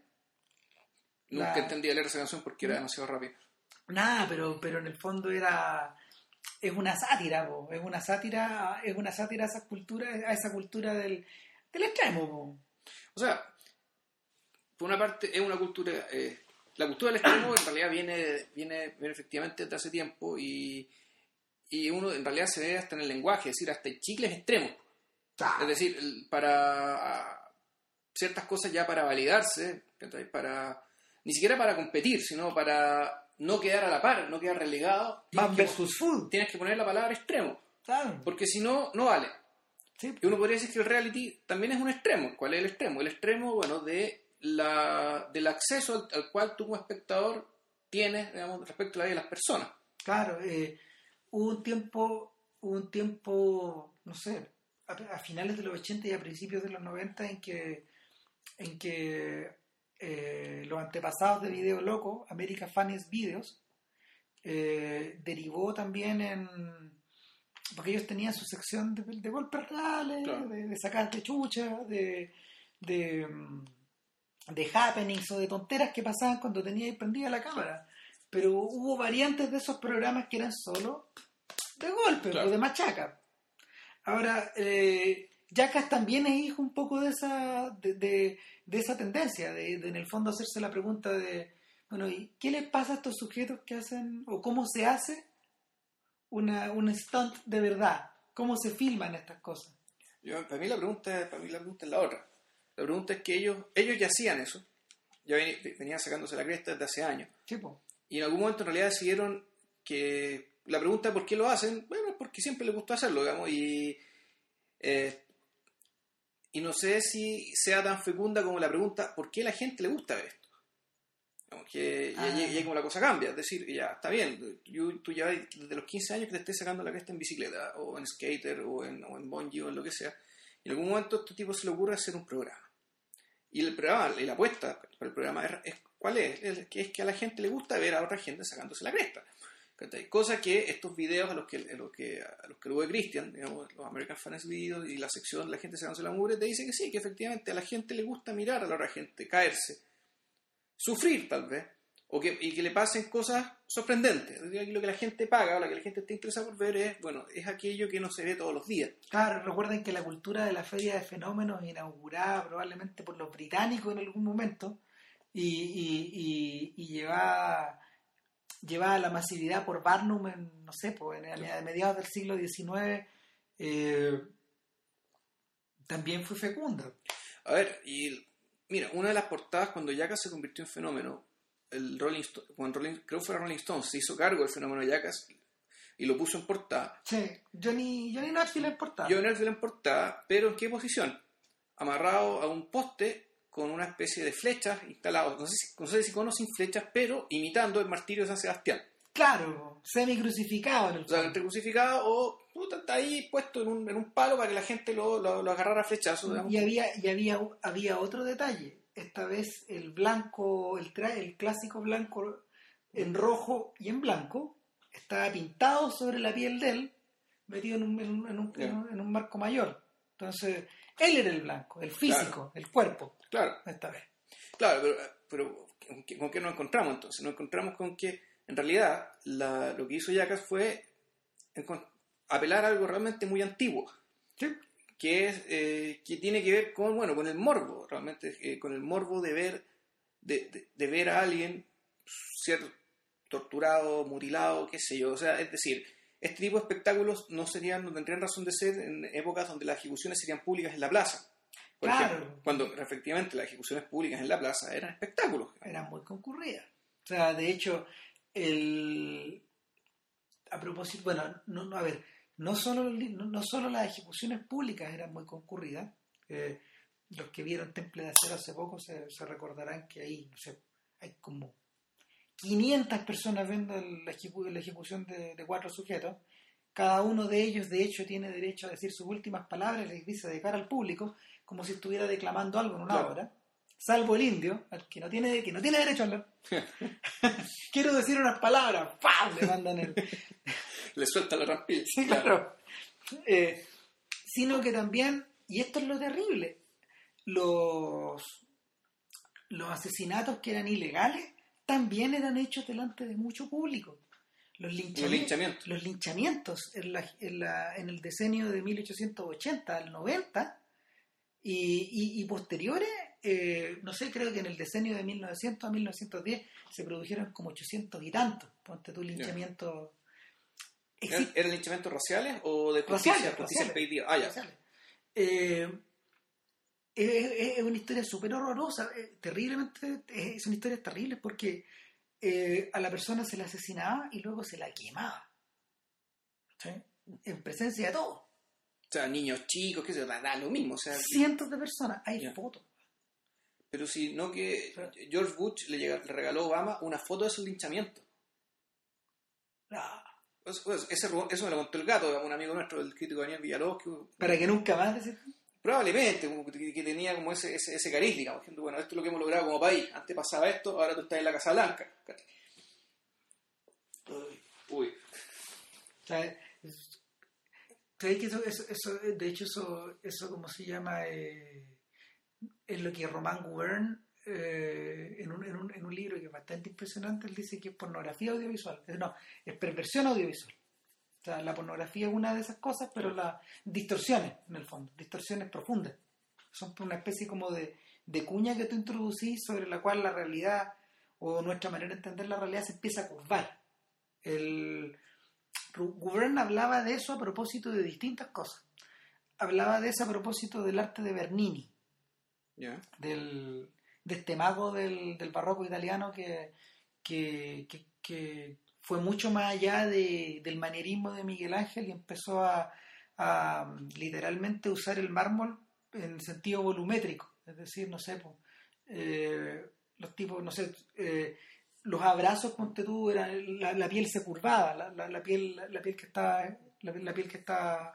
Nunca La- entendía leer esa canción porque era demasiado rápido. Nada, pero, pero en el fondo era es una sátira, po. es una sátira, es una sátira a esa cultura, a esa cultura del, del extremo, po. O sea, por una parte es una cultura... Eh, la cultura del extremo en realidad viene, viene, viene efectivamente desde hace tiempo y, y uno en realidad se ve hasta en el lenguaje, es decir, hasta el chicle es extremo. Ah, Es decir, el- para ciertas cosas ya para validarse, ¿cachai? Para ni siquiera para competir, sino para no quedar a la par, no quedar relegado, tienes Man que, versus Food. tienes que poner la palabra extremo, Claro. porque si no, no vale. Sí. Y uno podría decir que el reality también es un extremo. ¿Cuál es el extremo? El extremo, bueno, de la, del acceso al, al cual tú como espectador tienes, digamos, respecto a la vida de las personas. Claro, eh, hubo un tiempo, hubo un tiempo, no sé, a, a finales de los ochenta y a principios de los noventa en que, en que eh, los antepasados de Video Loco, America Funniest Videos, eh, derivó también en... Porque ellos tenían su sección de, de golpes reales, Claro. de, de sacar de chucha, de, de, mm, de happenings o de tonteras que pasaban cuando tenía prendida la cámara. Pero hubo variantes de esos programas que eran solo de golpe Claro. o de machaca. Ahora, eh, Jackass también es hijo un poco de esa, de, de, de esa tendencia, de, de en el fondo hacerse la pregunta de, bueno, ¿y qué les pasa a estos sujetos que hacen, o cómo se hace una, un stunt de verdad? ¿Cómo se filman estas cosas? Yo, para mí la pregunta, para mí la pregunta es la otra. La pregunta es que ellos, ellos ya hacían eso, ya ven- venían sacándose la cresta desde hace años. Sí, po. Y en algún momento en realidad decidieron que la pregunta ¿por qué lo hacen? Bueno, es porque siempre les gustó hacerlo, digamos, y, eh, y no sé si sea tan fecunda como la pregunta ¿por qué a la gente le gusta ver esto? Digamos, que ya, Ah. ya- ya como la cosa cambia, es decir, ya está bien, yo, tú ya desde los quince años que te estés sacando la cresta en bicicleta, o en skater, o en, o en bungee, o en lo que sea, y en algún momento a este tipo se le ocurre hacer un programa. Y el programa, y la apuesta para el programa es, es- ¿cuál es? Es que, es que a la gente le gusta ver a otra gente sacándose la cresta. ¿Cachai? Cosa que estos videos a los que, a los que, a los que luego de Christian, digamos, los American Funniest Videos y la sección de la gente sacándose la mugre, te dice que sí, que efectivamente a la gente le gusta mirar a la otra gente, caerse, sufrir tal vez, o que, y que le pasen cosas sorprendentes. Es decir, aquí lo que la gente paga o lo que la gente está interesada por ver es, bueno, es aquello que no se ve todos los días. Claro, recuerden que la cultura de la feria de fenómenos inaugurada probablemente por los británicos en algún momento y, y, y, y llevaba, llevaba la masividad por Barnum en, no sé, pues, en, a mediados del siglo diecinueve, eh, también fue fecunda. A ver, y mira, una de las portadas cuando Jackass se convirtió en fenómeno, el Rolling Stone, cuando Rolling, creo que fue Rolling Stone, se hizo cargo del fenómeno Jackass y lo puso en portada. Sí, Johnny, Johnny Knoxville es portada. Yo en en portada, pero ¿en qué posición? Amarrado a un poste con una especie de flechas instalados, no sé si, no sé si con o sin flechas, pero imitando el martirio de San Sebastián. Claro, semi crucificado en el O sea, fondo. entre crucificado o puta, está ahí puesto en un, en un palo para que la gente lo, lo, lo agarrara a flechazos. digamos. Y había, y había, había otro detalle. Esta vez el blanco, el, tra- el clásico blanco en rojo y en blanco, estaba pintado sobre la piel de él, metido en un, en un, en un, Yeah. en un- en un marco mayor. Entonces, él era el blanco, el físico, el cuerpo, Claro, esta vez. claro, pero, pero ¿con qué, con qué nos encontramos entonces? Nos encontramos con que en realidad la, lo que hizo Jackass fue encon- apelar a algo realmente muy antiguo. Sí. Que es eh, que tiene que ver con bueno con el morbo realmente eh, con el morbo de ver de, de, de ver a alguien ser torturado, mutilado, qué sé yo, o sea, es decir, este tipo de espectáculos no serían no tendrían razón de ser en épocas donde las ejecuciones serían públicas en la plaza, por Claro. ejemplo, cuando efectivamente las ejecuciones públicas en la plaza eran espectáculos. Era muy concurrida. O sea, de hecho, el, a propósito, bueno, no, no, a ver, no solo, no, no solo las ejecuciones públicas eran muy concurridas. Eh, los que vieron Temple de Acero hace poco se, se recordarán que ahí, no sé, hay como quinientas personas viendo la, ejecu- la ejecución de, de cuatro sujetos. Cada uno de ellos, de hecho, tiene derecho a decir sus últimas palabras, les dice de cara al público, como si estuviera declamando algo en una Claro. obra, salvo el indio, al que no tiene, que no tiene derecho a hablar. Quiero decir unas palabras, ¡pam! Le mandan el... Le suelta la rampilla. Sí, claro. Eh, sino que también, y esto es lo terrible, los, los asesinatos que eran ilegales también eran hechos delante de mucho público. Los linchamientos, Los linchamientos. los linchamientos en, la, en, la, en el decenio de mil ochocientos ochenta al noventa y, y, y posteriores, eh, no sé, creo que en el decenio de mil novecientos a mil novecientos diez se produjeron como ochocientos y tantos, ponte tu linchamiento. Yeah. ¿Eran, ¿Eran linchamientos raciales o de justicia, raciales, justicia raciales, expeditiva? Ah, ya. raciales. Eh, es, es una historia súper horrorosa, eh, terriblemente, es, son historias terribles porque eh, a la persona se la asesinaba y luego se la quemaba, ¿sí? En presencia de todos. O sea, niños chicos, qué sé yo, da, da lo mismo. O sea, cientos de personas, hay yeah. fotos. Pero si no que George Bush le, llega, le regaló a Obama una foto de esos linchamientos. Ah. Eso, eso, eso me lo contó el gato, un amigo nuestro, el crítico Daniel Villalobos. Que, para que nunca más decir. Probablemente, como que, que tenía como ese, ese, ese cariz, digamos, diciendo, bueno, esto es lo que hemos logrado como país. Antes pasaba esto, ahora tú estás en la Casa Blanca. Uy. Uy. ¿Sabes? ¿Sabes que eso, eso, eso, de hecho, eso, eso como se llama, eh, es lo que Romain Gouvergne, eh, en, un, en, un, en un libro que es bastante impresionante, él dice que es pornografía audiovisual. No, es perversión audiovisual. O sea, la pornografía es una de esas cosas, pero las distorsiones, en el fondo, distorsiones profundas. Son una especie como de, de cuña que tú introducís sobre la cual la realidad o nuestra manera de entender la realidad se empieza a curvar. El Gouvergne hablaba de eso a propósito de distintas cosas. Hablaba de eso a propósito del arte de Bernini, yeah. del, de este mago del, del barroco italiano que, que, que, que fue mucho más allá de, del manierismo de Miguel Ángel y empezó a, a literalmente usar el mármol en sentido volumétrico. Es decir, no sé, pues, eh, los tipos, no sé, eh, los abrazos, ponte tú, eran, la, la piel se curvaba, la, la, la piel la, la piel que está la, la piel que está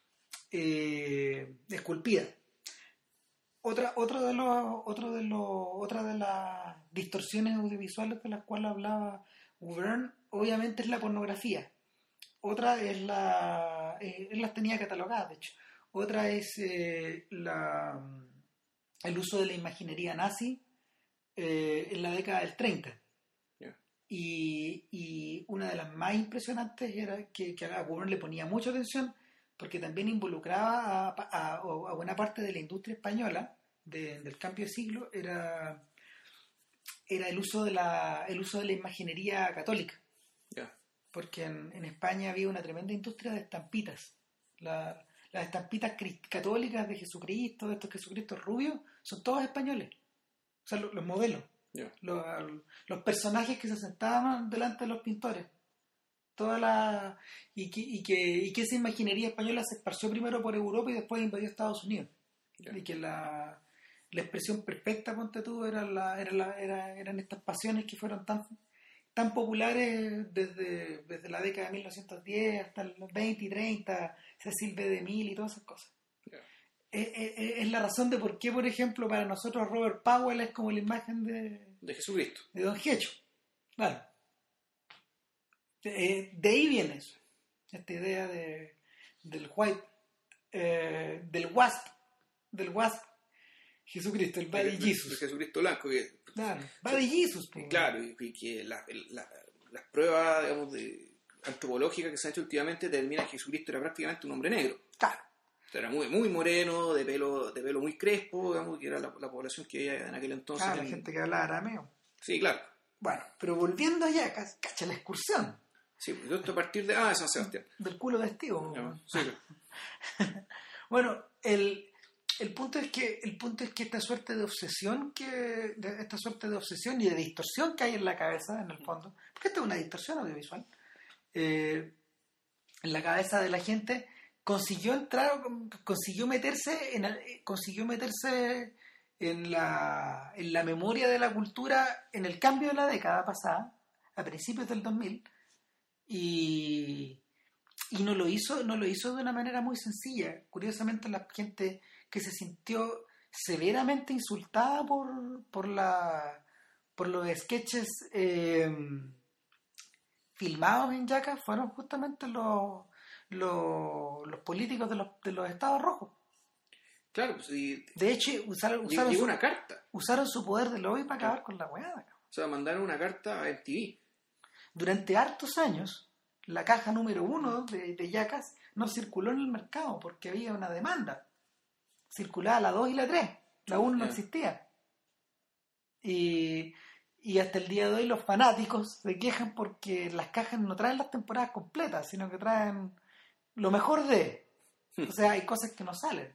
eh, esculpida. Otra, otro de los, otro de los, otra de las distorsiones audiovisuales de las cuales hablaba Gouvergne, obviamente es la pornografía. Otra es la, eh, él las tenía catalogadas, de hecho. Otra es eh, la, el uso de la imaginería nazi eh, en la década del treinta. Yeah. Y, y una de las más impresionantes era que, que a Gouvergne le ponía mucha atención porque también involucraba a, a, a buena parte de la industria española de, del cambio de siglo, era, era el uso de la, el uso de la imaginería católica. Yeah. Porque en, en España había una tremenda industria de estampitas. La, las estampitas católicas de Jesucristo, de estos Jesucristos rubios, son todos españoles. O sea, los, los modelos. Yeah. Los, los personajes que se sentaban delante de los pintores. Toda la y que, y que y que esa imaginería española se esparció primero por Europa y después invadió Estados Unidos. Yeah. Y que la, la expresión perfecta, ponte tú, era la, era la, era, eran estas pasiones que fueron tan tan populares desde, desde la década de mil novecientos diez hasta los veinte y treinta, Cecil B. DeMille y todas esas cosas. Yeah. Es, es, es la razón de por qué, por ejemplo, para nosotros Robert Powell es como la imagen de, de Jesucristo, de Don Gecho. Claro. De, de ahí viene eso, esta idea de, del white, eh, del wasp, del wasp Jesucristo, el Body Jesus. El Jesucristo blanco. Que, claro, Body Jesus. Pues, claro, y, y que la, la, las pruebas, digamos, de, antropológicas que se han hecho últimamente determinan que Jesucristo era prácticamente un hombre negro. Claro. O sea, era muy, muy moreno, de pelo, de pelo muy crespo, digamos, que era la, la población que había en aquel entonces. Claro, en... la gente que hablaba arameo. Sí, claro. Bueno, pero volviendo allá, cacha la excursión. Sí, pues esto a partir de... Ah, de San Sebastián. Del culo de Estivo. Sí, claro. Bueno, el, el punto es que el punto es que esta suerte de obsesión que de, esta suerte de obsesión y de distorsión que hay en la cabeza, en el fondo, porque esto es una distorsión audiovisual, eh, en la cabeza de la gente, consiguió entrar, consiguió meterse en el- consiguió meterse en la en la memoria de la cultura en el cambio de la década pasada, a principios del dos mil, y y no lo hizo no lo hizo de una manera muy sencilla. Curiosamente, la gente que se sintió severamente insultada por por la por los sketches eh, filmados en Yaca fueron justamente los los, los políticos de los, de los estados rojos. Claro, pues, y De hecho, usaron, llegó usaron, su, una carta. usaron su poder de lobby para acabar con la weá. O sea, mandaron una carta a M T V. Durante hartos años, la caja número uno de, de Yacas no circuló en el mercado porque había una demanda. Circulaba la dos y la tres. La uno no Ya. existía. Y, y hasta el día de hoy los fanáticos se quejan porque las cajas no traen las temporadas completas, sino que traen lo mejor de. O sea, hay cosas que no salen.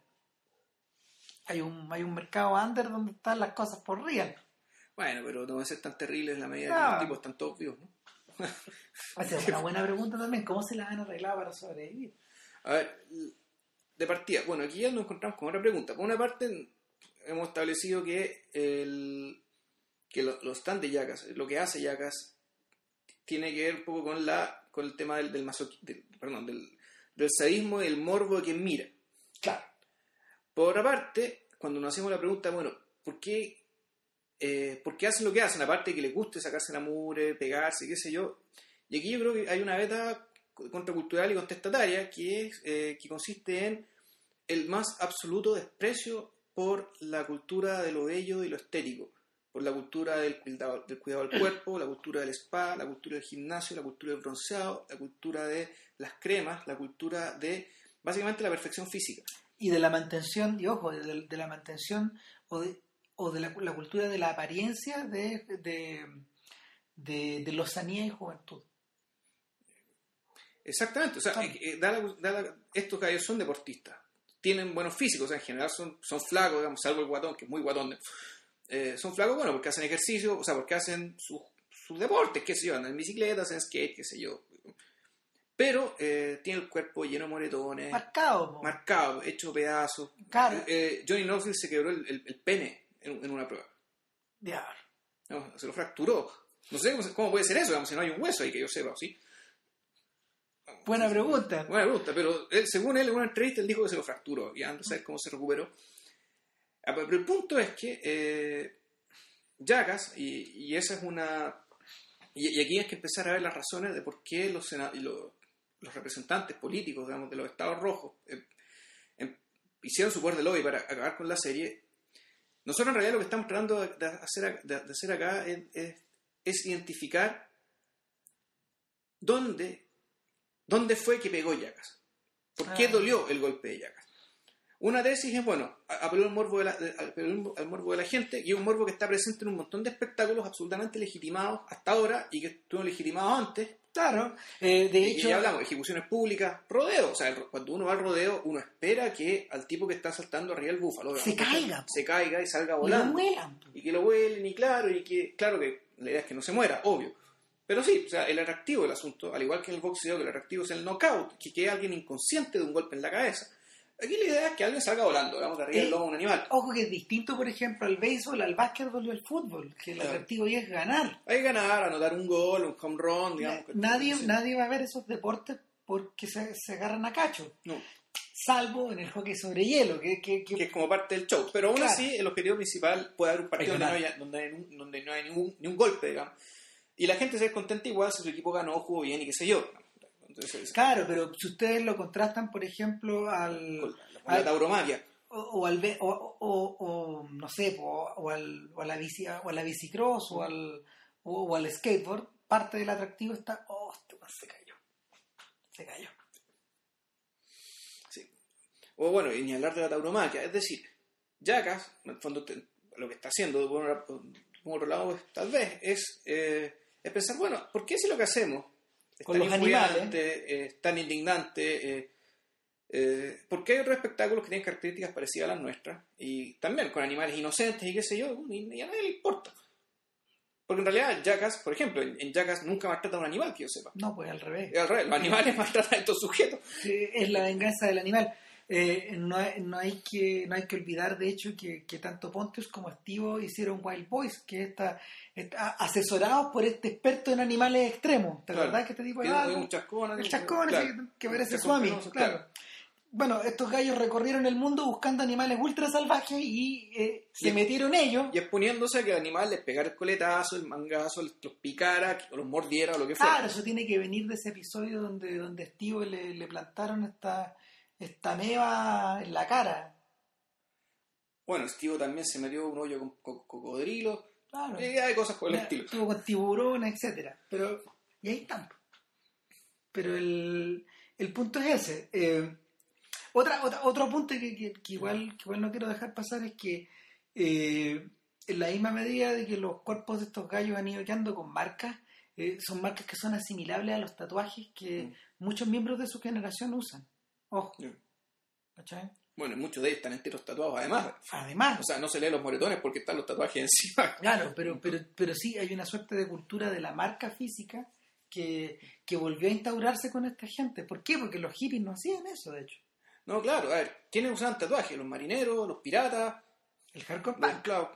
Hay un, hay un mercado under donde están las cosas por real. Bueno, pero no va a ser tan terrible en la medida Ah. que los tipos están todos vivos, ¿no? Esa es una buena pregunta también. ¿Cómo se las han arreglado para sobrevivir? A ver, de partida, bueno, aquí ya nos encontramos con otra pregunta. Por una parte, hemos establecido que el que lo- los stands de Jackass, lo que hace Jackass, tiene que ver un poco con la con el tema del, del masoqui- del- perdón, del, del sadismo y el morbo de quien mira. Claro. Por otra parte, cuando nos hacemos la pregunta, bueno, ¿por qué, eh, ¿por qué hacen lo que hacen? Aparte de que les guste sacarse la mugre, pegarse, qué sé yo. Y aquí yo creo que hay una beta contracultural y contestataria que, es, eh, que consiste en el más absoluto desprecio por la cultura de lo bello y lo estético, por la cultura del cuidado, del cuidado del cuerpo, la cultura del spa, la cultura del gimnasio, la cultura del bronceado, la cultura de las cremas, la cultura de básicamente la perfección física. Y de la mantención, y ojo, de, de la mantención o de, o de la, la cultura de la apariencia de, de, de, de lozanía y juventud. Exactamente, o sea, Ah. eh, eh, da la- da la- estos gallos son deportistas, tienen buenos físicos, o sea, en general son, son flacos, digamos, salvo el guatón, que es muy guatón, eh, son flacos, bueno, porque hacen ejercicio, o sea, porque hacen sus sus deportes, qué sé yo, andan en bicicleta, hacen skate, qué sé yo, pero eh, tiene el cuerpo lleno de moretones, Marcado, po. marcado, hecho pedazos. Claro. Eh, Johnny Knoxville se quebró el, el- el pene en, en una prueba, Diablo. no, se lo fracturó, no sé cómo, se- cómo puede ser eso, digamos, si no hay un hueso ahí que yo sepa, ¿sí? Buena pregunta. Buena pregunta, pero él, según él en una entrevista, él dijo que se lo fracturó y anda a saber cómo se recuperó. Ah, Pero el punto es que eh, Jackass, y, y esa es una... Y, y aquí hay que empezar a ver las razones de por qué los, sena- y los, los representantes políticos, digamos, de los estados rojos eh, em- hicieron su poder de lobby para acabar con la serie. Nosotros en realidad lo que estamos tratando de, de hacer, de, de hacer acá es, es, es identificar dónde ¿Dónde fue que pegó Jackass? ¿Por qué Ah. dolió el golpe de Jackass? Una tesis es, bueno, apeló al morbo de la, de- apeló al morbo de la gente, y es un morbo que está presente en un montón de espectáculos absolutamente legitimados hasta ahora y que estuvieron legitimados antes. Claro. Eh, de Y hecho, ya hablamos, ejecuciones públicas, rodeo. O sea, el- cuando uno va al rodeo, uno espera que al tipo que está saltando arriba del búfalo Se digamos, caiga. se caiga y salga y lo volando. vuelan. Y que lo vuelen, y claro, y que, claro que la idea es que no se muera, obvio. Pero sí, o sea, el atractivo del asunto, al igual que en el boxeo, que el atractivo es el knockout, que quede alguien inconsciente de un golpe en la cabeza. Aquí la idea es que alguien salga volando, digamos, de arriba del Eh, lomo de un animal. Ojo que es distinto, por ejemplo, al béisbol, al básquetbol y al fútbol, que el Claro. atractivo ahí es ganar. Hay que ganar, anotar un gol, un home run, digamos. que- Nadie, sí. nadie va a ver esos deportes porque se, se agarran a cacho. No, Salvo en el hockey sobre hielo, que, que, que- que es como parte del show. Pero aún Claro. así, el objetivo principal puede haber un partido Hay donde que no, haya, donde, hay un- donde no hay ningún, ni un golpe, digamos. Y la gente se ve contenta igual si su equipo ganó, jugó bien y qué sé yo. Entonces, Claro, pero si ustedes lo contrastan, por ejemplo, al... con la, con al- la tauromaquia. o, o al ve- o, o- o, no sé, o, o al, o a la bici o a la bicicross o al o, o al skateboard, parte del atractivo está, oh, este weón se cayó. Se cayó. Sí. O bueno, y ni hablar de la tauromaquia. Es decir, Jackass, en el fondo, te- lo que está haciendo, por, una- por otro lado, pues, tal vez, es, eh, es pensar, bueno, ¿por qué si lo que hacemos es Con tan los animales? infuriante, eh, es tan indignante, eh, Eh, porque hay otros espectáculos que tienen características parecidas a las nuestras, y también con animales inocentes y qué sé yo, y, y a nadie le importa. Porque en realidad Jackass, por ejemplo, en, en Jackass nunca maltrata a un animal, que yo sepa. No, pues al revés. Es al revés, los animales maltratan a estos sujetos. Sí, es la venganza del animal. Eh, no, hay, no, hay que, no hay que olvidar, de hecho, que, que tanto Pontius como Estivo hicieron Wild Boys, que está, está asesorados por este experto en animales extremos. ¿Te Claro. acordás que este tipo de Que algo? es un chascón, El chascón, claro. ese que, que parece Chascón Swami, penoso, claro. claro. Bueno, estos gallos recorrieron el mundo buscando animales ultra salvajes y eh, se Y- metieron ellos. Y exponiéndose a que el animal les pegara el coletazo, el mangazo, les- los picara, o los mordiera, o lo que fuera. Claro, eso tiene que venir de ese episodio donde, donde Steve le, le plantaron esta, esta meba en la cara. Bueno, Steve también se metió un hoyo con, co- cocodrilo, Claro. y hay cosas por el Ya, estilo. estuvo con tiburones, etcétera. Pero, y ahí están. Pero el, el punto es ese. Eh, otra, otra, otro punto que, que, que igual, que igual no quiero dejar pasar es que eh, en la misma medida de que los cuerpos de estos gallos han ido quedando con marcas, eh, son marcas que son asimilables a los tatuajes que Mm. muchos miembros de su generación usan. Ojo, Sí. ¿cachai? Bueno, muchos de ellos están enteros tatuados, además. Además, O sea, no se leen los moretones porque están los tatuajes encima. claro, pero, pero, pero sí hay una suerte de cultura de la marca física que, que volvió a instaurarse con esta gente. ¿Por qué? Porque los hippies no hacían eso, de hecho. No, claro, a ver, ¿quiénes usaban tatuajes? Los marineros, los piratas, El hardcore los punk. esclavos.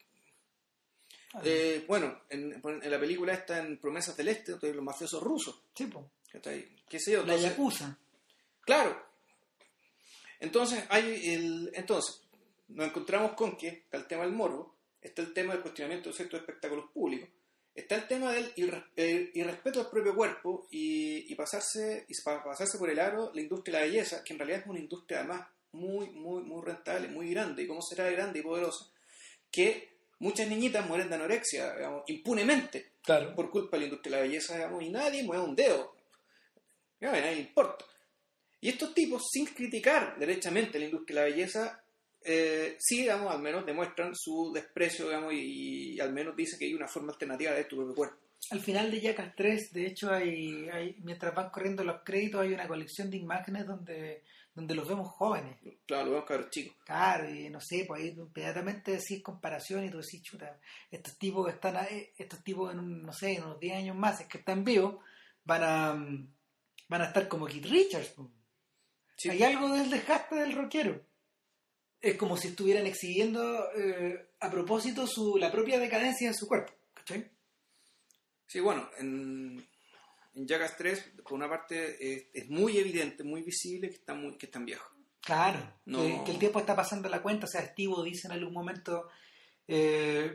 Ah, Eh, bueno, en, en la película esta, en Promesas del Este, de los mafiosos rusos. sí, po. ¿Cachai? ¿Qué sé yo? La Entonces, yakuza. claro. Entonces, hay el, entonces, nos encontramos con que está el tema del morbo, está el tema del cuestionamiento de ciertos espectáculos públicos, está el tema del irre- eh, irrespeto al propio cuerpo y, y pasarse y pa- pasarse por el aro la industria de la belleza, que en realidad es una industria además muy, muy, muy rentable, muy grande, y cómo será grande y poderosa, que muchas niñitas mueren de anorexia, digamos, impunemente, Claro. por culpa de la industria de la belleza, digamos, y nadie mueve un dedo. Ya, a nadie le importa. Y estos tipos, sin criticar derechamente la industria de la belleza, eh, sí, digamos, al menos demuestran su desprecio, digamos, y, y al menos dicen que hay una forma alternativa de tu propio cuerpo. Al final de Jackass tres, de hecho, hay, hay mientras van corriendo los créditos, hay una colección de imágenes donde, donde los vemos jóvenes. Claro, lo vemos cabros chicos. Claro, y no sé, pues ahí inmediatamente decís comparación y tú decís, chuta, estos tipos están, a- eh, estos tipos en un, no sé, en unos diez años más, es que están vivos, van a, mm, van a estar como Keith Richards. Pues. Sí. Hay algo del desgaste del rockero. Es como si estuvieran exhibiendo eh, a propósito su, la propia decadencia de su cuerpo. ¿Cachai? Sí, bueno, en, en Jackass tres, por una parte, es, es muy evidente, muy visible que están, muy, que están viejos. Claro, No. que, que el tiempo está pasando la cuenta. O sea, Steve dice en algún momento, eh,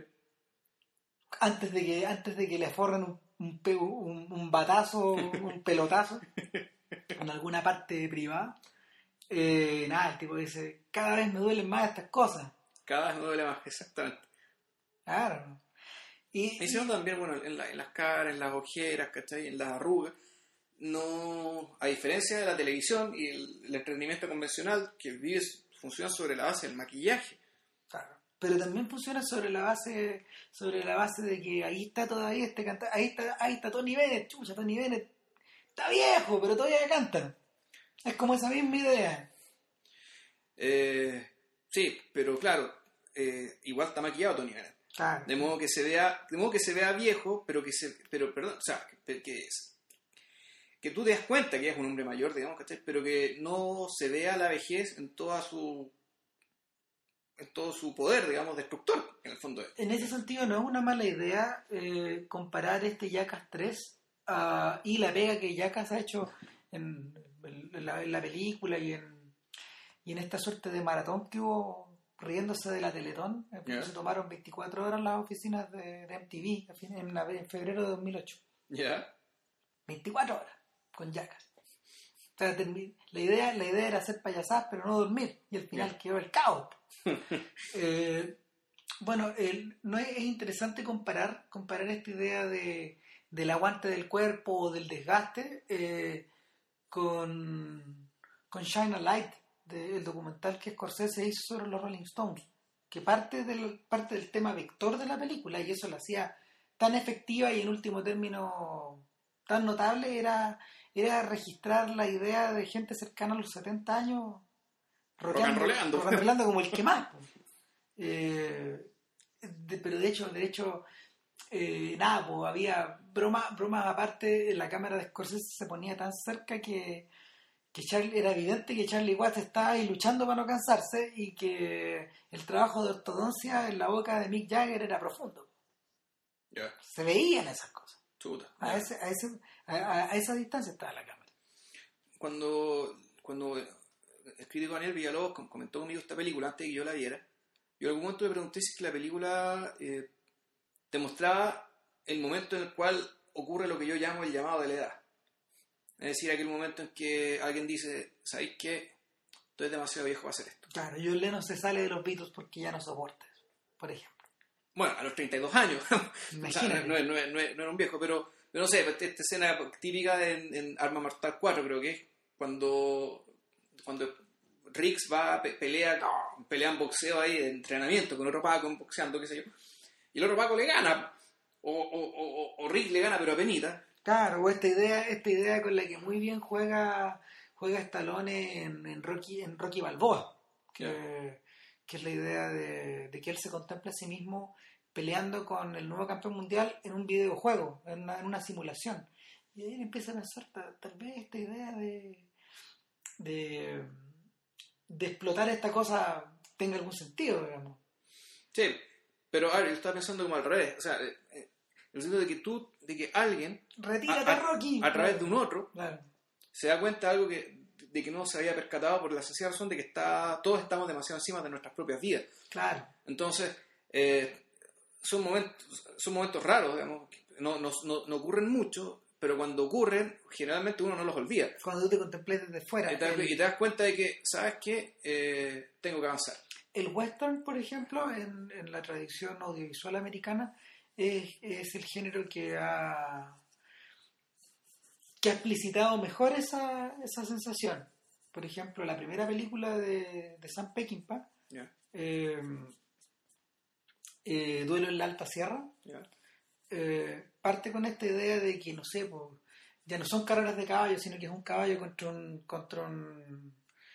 antes de que antes de que le forren un, un, pe- un, un batazo, un pelotazo en alguna parte privada, eh, nada, el tipo dice, cada vez me duelen más estas cosas. Cada vez me duele más, exactamente. Claro. Y, Y si no, también, bueno, en, la- en las caras, en las ojeras, ¿cachai? En las arrugas. No, a diferencia de la televisión y el, el entretenimiento convencional, que vive, funciona sobre la base del maquillaje. claro, pero también funciona sobre la base sobre la base de que ahí está todavía este cantante, ahí está, ahí está Tony Bennett, chucha, Tony Bennett está viejo, pero todavía canta. Es como esa misma idea. Eh, sí, pero claro, eh, igual está maquillado Tony Bennett. Claro. De modo que se vea, de modo que se vea viejo, pero que se, pero perdón, o sea, que, que es que tú te das cuenta que es un hombre mayor, digamos, ¿cachai? Pero que no se vea la vejez en toda su en todo su poder, digamos, destructor, en el fondo es. En ese sentido no es una mala idea eh, comparar este Jackass tres ah, y la pega que Jackass ha hecho en, en la, en la película y en, y en esta suerte de maratón que hubo riéndose de la Teletón, eh, porque Yeah. se tomaron veinticuatro horas las oficinas de, de M T V a fin- en, la- en febrero de dos mil ocho. ¿Ya? veinticuatro horas con Jackass. O sea, termi- la idea, la idea era hacer payasadas pero no dormir y al final Yeah. quedó el caos. Eh, bueno, el- no es, es interesante comparar comparar esta idea de, del aguante del cuerpo o del desgaste eh, con, con Shine a Light, del documental que Scorsese hizo sobre los Rolling Stones, que parte del, parte del tema vector de la película, y eso la hacía tan efectiva y en último término tan notable, era, era registrar la idea de gente cercana a los setenta años rockeando, rock'n'rollando. rock'n'rollando como el que más. Pues. Eh, de, pero de hecho, de hecho eh, nada, pues había bromas bromas aparte. La cámara de Scorsese se ponía tan cerca que, que Charlie, era evidente que Charlie Watts estaba ahí luchando para no cansarse y que el trabajo de ortodoncia en la boca de Mick Jagger era profundo. Yeah. Se veían esas cosas. Chuta. A, ese, a, ese, a, a esa distancia estaba la cámara. Cuando, cuando el crítico Daniel Villalobos comentó conmigo esta película antes de que yo la viera, yo en algún momento le pregunté si la película eh, te mostraba el momento en el cual ocurre lo que yo llamo el llamado de la edad. Es decir, aquel momento en que alguien dice, ¿sabéis qué? Estoy demasiado viejo para hacer esto. Claro, John Lennon se sale de los Beatles porque ya no soporta eso, por ejemplo. Bueno, a los treinta y dos años. O sea, no, no, no, no, no era un viejo, pero, pero no sé, esta escena típica en, en Arma Mortal cuatro, creo que es cuando, cuando Riggs va a pe- pelea, pelea en boxeo ahí de entrenamiento con otro Paco boxeando, qué sé yo, y el otro Paco le gana, o, o, o, o Riggs le gana, pero a penita. Claro, o esta idea, esta idea con la que muy bien juega juega Stallone en, en Rocky en Rocky Balboa, que, yeah. que es la idea de, de que él se contempla a sí mismo peleando con el nuevo campeón mundial en un videojuego, en una, en una simulación. Y ahí él empieza a pensar, tal, tal vez esta idea de, de, de explotar esta cosa tenga algún sentido, digamos. Sí, pero a ver, yo estaba pensando como al revés, o sea, eh, en el sentido de que tú, de que alguien, retírate, a, a, Rocky, a través de un otro, claro, se da cuenta de algo que, de que no se había percatado por la sencilla razón de que está, todos estamos demasiado encima de nuestras propias vidas. Claro. Entonces, eh, son momentos, son momentos raros, digamos, no, no, no, no ocurren mucho, pero cuando ocurren, generalmente uno no los olvida. Cuando tú te contemples desde fuera. Y te, el, y te das cuenta de que, ¿sabes qué? Eh, tengo que avanzar. El western, por ejemplo, en, en la tradición audiovisual americana, es, es el género que ha, que ha explicitado mejor esa, esa sensación. Por ejemplo, la primera película de, de Sam Peckinpah, Yeah. eh, eh, Duelo en la Alta Sierra, Yeah. eh, parte con esta idea de que, no sé, pues, ya no son carreras de caballos, sino que es un caballo contra un contra un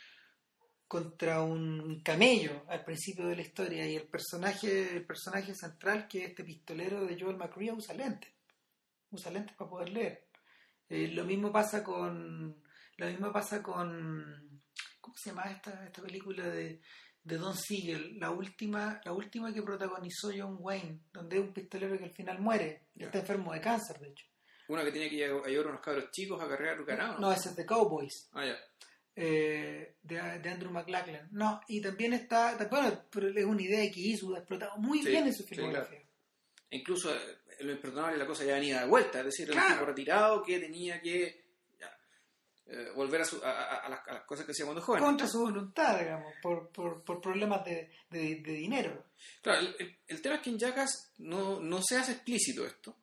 contra un camello al principio de la historia, y el personaje el personaje central, que es este pistolero de Joel McCrea, usa lentes usa lentes para poder leer. Eh, lo mismo pasa con lo mismo pasa con ¿cómo se llama esta esta película de de Don Siegel, la última la última que protagonizó John Wayne, donde es un pistolero que al final muere, yeah. Está enfermo de cáncer, de hecho. Una que tiene que ayudar a unos cabros chicos a cargar tu canal, ¿no? No, ese es de Cowboys. Ah, ya. Eh, de, de Andrew McLachlan. No, y también está, bueno, pero es una idea que hizo, ha explotado muy sí, bien en su filmografía. Sí, claro. Incluso eh, lo imperdonable la cosa ya venía de vuelta, es decir, claro. El tipo retirado que tenía que ya, eh, volver a, su, a, a, a, las, a las cosas que hacía cuando joven. Contra su voluntad, digamos, por, por, por problemas de, de, de dinero. Claro, el, el, el tema es que en Jackass no, no se hace explícito esto.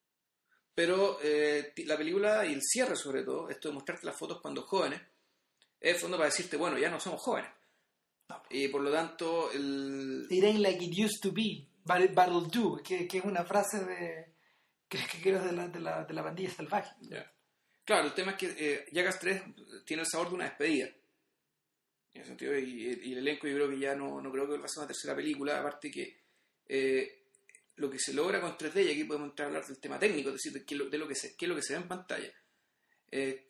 Pero eh, la película y el cierre, sobre todo, esto de mostrarte las fotos cuando jóvenes, es el fondo para decirte, bueno, ya no somos jóvenes. No. Y por lo tanto, el... It ain't like it used to be, but, it, but it'll do, que, que es una frase de que, que creo de la, de, la, de la pandilla salvaje. Yeah. Claro, el tema es que eh, Jackass tres tiene el sabor de una despedida. En ese sentido, y, y el elenco yo creo que ya no, no creo que va a ser una tercera película, aparte que... Eh, lo que se logra con tres D, y aquí podemos entrar a hablar del tema técnico, es decir, de qué, lo, de lo que se, qué es lo que se ve en pantalla. Eh,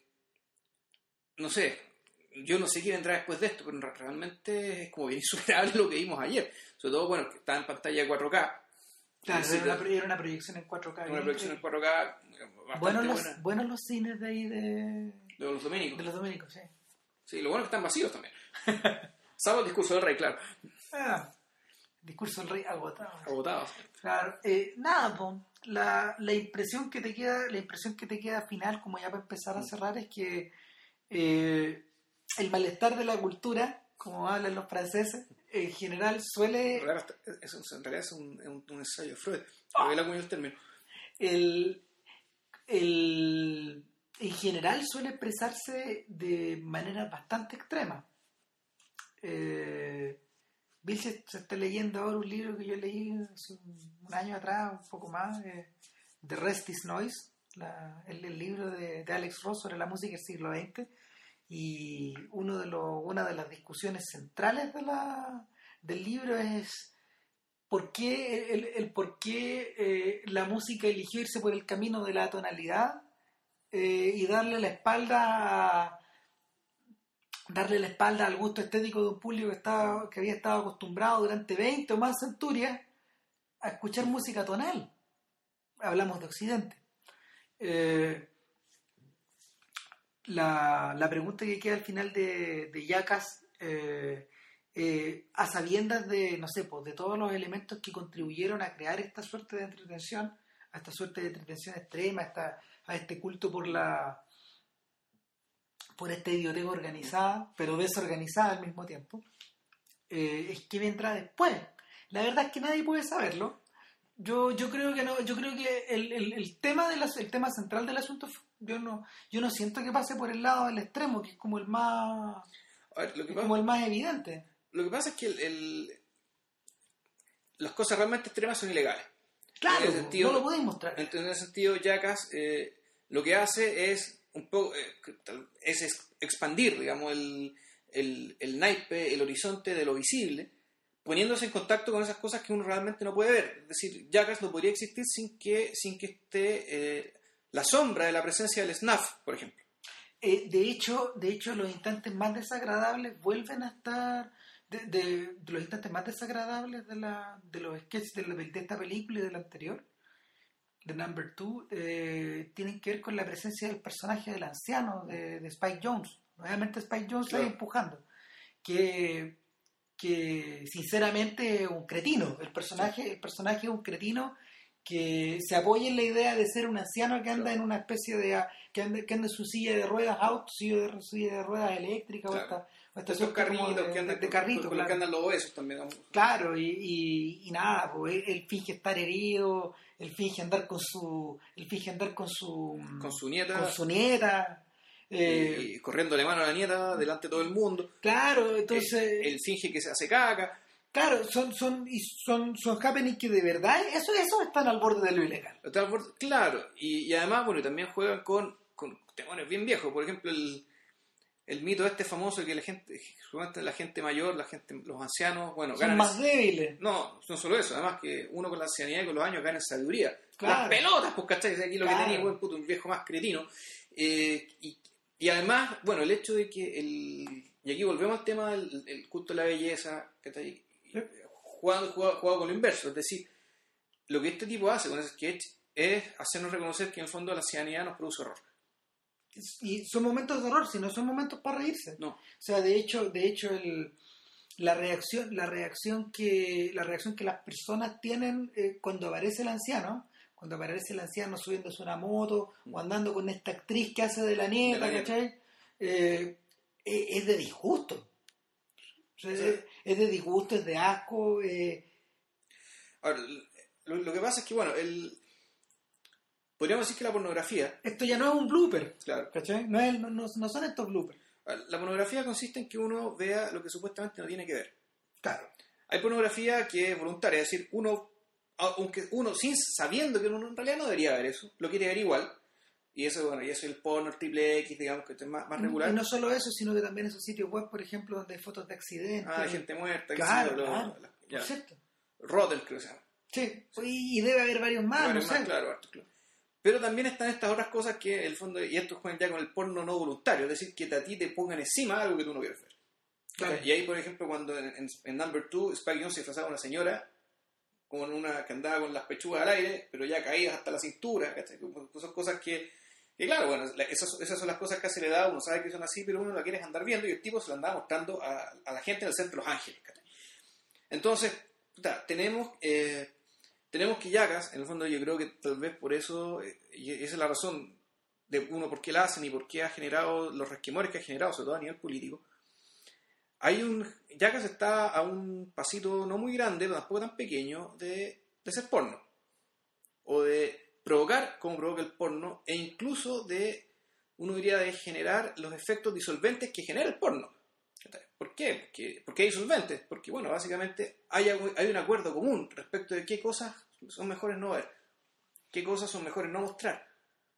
no sé, yo no sé qué vendrá después de esto, pero realmente es como bien insuperable lo que vimos ayer. Sobre todo, bueno, que estaba en pantalla cuatro K. Claro, decir, era, una, era una proyección en cuatro K. Una proyección en cuatro K bastante buenos los, buena. Buenos los cines de ahí de... De los dominicos. De los dominicos, sí. Sí, lo bueno es que están vacíos también. Salvo el discurso del rey, claro. Ah. Discurso del rey agotado. Agotado. Claro, eh, nada, pues, la, la impresión que te queda, la impresión que te queda final, como ya para empezar a cerrar, es que eh, el malestar de la cultura, como hablan los franceses, en general suele. Claro, es, en realidad es un, un, un ensayo de Freud. Oh. El, el término. El, el, en general suele expresarse de manera bastante extrema. Eh, Bill se, se está leyendo ahora un libro que yo leí hace un, un año atrás, un poco más, eh, The Rest is Noise, la, el, el libro de, de Alex Ross sobre la música del siglo veinte, y uno de los, una de las discusiones centrales de la, del libro es por qué, el, el por qué eh, la música eligió irse por el camino de la tonalidad eh, y darle la espalda a, darle la espalda al gusto estético de un público que, estaba, que había estado acostumbrado durante veinte o más centurias a escuchar música tonal. Hablamos de Occidente. Eh, la, la pregunta que queda al final de, de Jackass, eh, eh, a sabiendas de, no sé, pues, de todos los elementos que contribuyeron a crear esta suerte de entretención, a esta suerte de entretención extrema, a, esta, a este culto por la por esta idiotez organizada, pero desorganizada al mismo tiempo, eh, es que vendrá después. La verdad es que nadie puede saberlo. Yo, yo creo que no, yo creo que el, el, el tema de la, el tema central del asunto, yo no, yo no siento que pase por el lado del extremo, que es como el más, A ver, lo que es pasa, como el más evidente. Lo que pasa es que el, el, las cosas realmente extremas son ilegales. Claro, en ese sentido, no lo podéis mostrar. En, en ese sentido, Jackass eh, lo que hace es un poco eh, es expandir, digamos, el, el, el naipe, el horizonte de lo visible, poniéndose en contacto con esas cosas que uno realmente no puede ver. Es decir, Jackass no podría existir sin que, sin que esté eh, la sombra de la presencia del snuff, por ejemplo. Eh, de hecho, de hecho, los instantes más desagradables vuelven a estar de, de, de los instantes más desagradables de la de los sketches de, la, de esta película y de la anterior, de Number Two, eh, tienen que ver con la presencia del personaje del anciano de, de Spike Jonze. Nuevamente Spike Jonze claro. Ahí empujando, que que sinceramente es un cretino. El personaje, sí. el personaje es un cretino que se apoya en la idea de ser un anciano que anda claro. en una especie de que anda, que anda en su silla de ruedas auto, su silla de ruedas eléctricas claro. o esta, o esta estos carritos de, que andan de, de carrito, con, con claro. los que andan los obesos también. Vamos. Claro, y, y, y nada, pues él finge estar herido, él finge andar con su, él finge andar con su, con su nieta, con su nieta. Eh, y, y corriéndole mano a la nieta delante de todo el mundo. Claro, entonces él, él finge que se hace caca. Claro, son son y son son happenings que de verdad eso eso están al borde de lo ilegal. Está al borde, claro, y, y además bueno también juegan con con temones bien viejos. Por ejemplo el el mito este famoso que la gente la gente mayor, la gente los ancianos, bueno, son ganan más en, débiles. No, no solo eso, además que uno con la ancianidad y con los años gana en sabiduría. Claro. Las pelotas, pues cachai, aquí lo claro. que tenía buen puto un viejo más cretino. Eh, y Y además, bueno, el hecho de que el... Y aquí volvemos al tema del el culto de la belleza, que está ahí, jugando, jugando, jugando con lo inverso. Es decir, lo que este tipo hace con ese sketch es hacernos reconocer que en el fondo la ancianidad nos produce horror. Y son momentos de horror, si no son momentos para reírse. No. O sea, de hecho, de hecho el, la reacción, la reacción que, la reacción que las personas tienen eh, cuando aparece el anciano, cuando aparece el anciano subiéndose una moto o andando con esta actriz que hace de la nieta, de la ¿cachai? Eh, es de disgusto. O sea, sí. es, es de disgusto, es de asco. Eh. Ahora, lo, lo que pasa es que, bueno, el... podríamos decir que la pornografía... Esto ya no es un blooper, claro. ¿cachai? No, es, no, no, no son estos bloopers. La pornografía consiste en que uno vea lo que supuestamente no tiene que ver. Claro. Hay pornografía que es voluntaria, es decir, uno... aunque uno, sin sabiendo que uno en realidad no debería ver eso, lo quiere ver igual, y eso, bueno, y eso es el porno, el triple X, digamos, que es más, más regular. Y no solo eso, sino que también esos sitios web, por ejemplo, donde hay fotos de accidentes. Ah, de gente muerta, claro, que sí, claro, lo, ya. cierto. Rotten, creo que se llama. Sí, y debe haber varios más, varios no más, sé. Claro, claro. Pero también están estas otras cosas que, en el fondo, y esto juegan ya con el porno no voluntario, es decir, que a ti te pongan encima algo que tú no quieres ver. Claro. Y ahí, por ejemplo, cuando en, en, en Number Two, Spike Jonze se disfrazaba a una señora con una que andaba con las pechugas al aire, pero ya caídas hasta la cintura, ¿cachai? Son cosas que, que claro, bueno, esas, esas son las cosas que hace la edad, uno sabe que son así, pero uno la quiere andar viendo y el tipo se lo andaba mostrando a, a la gente en el centro de Los Ángeles, ¿cachai? Entonces, ta, tenemos eh, tenemos que Jackass, en el fondo yo creo que tal vez por eso, eh, y esa es la razón de uno por qué la hacen y por qué ha generado los resquemores que ha generado, sobre todo a nivel político. Hay un Jackass está a un pasito no muy grande, pero tampoco tan pequeño, de, de ser porno. O de provocar como provoca el porno, e incluso de, uno diría, de generar los efectos disolventes que genera el porno. ¿Por qué? Porque, ¿por qué hay disolventes? Porque, bueno, básicamente hay, hay un acuerdo común respecto de qué cosas son mejores no ver, qué cosas son mejores no mostrar.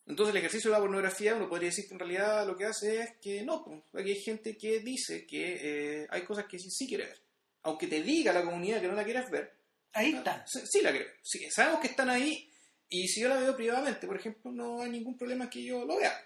Entonces el ejercicio de la pornografía uno podría decir que en realidad lo que hace es que no, pues, aquí hay gente que dice que eh, hay cosas que sí, sí quiere ver. Aunque te diga la comunidad que no la quieres ver, Ahí está. sí, sí la creo. Sí, sabemos que están ahí y si yo la veo privadamente, por ejemplo, no hay ningún problema que yo lo vea.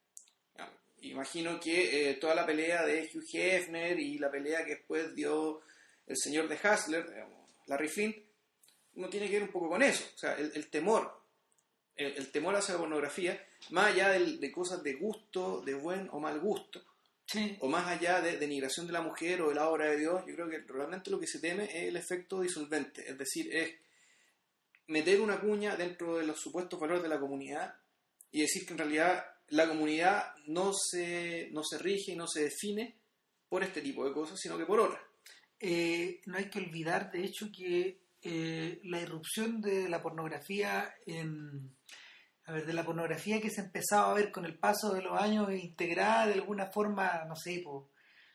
Imagino que eh, toda la pelea de Hugh Hefner y la pelea que después dio el señor de Hustler, digamos, Larry Flint, no tiene que ver un poco con eso. O sea, el, el temor, el, el temor hacia la pornografía, más allá de, de cosas de gusto, de buen o mal gusto, Sí. o más allá de denigración de la mujer o de la obra de Dios, yo creo que realmente lo que se teme es el efecto disolvente, es decir, es meter una cuña dentro de los supuestos valores de la comunidad y decir que en realidad la comunidad no se, no se rige y no se define por este tipo de cosas, sino que por otras. Eh, no hay que olvidar, de hecho, que eh, la irrupción de la pornografía en... A ver, de la pornografía que se empezaba a ver con el paso de los años integrada de alguna forma, no sé, po,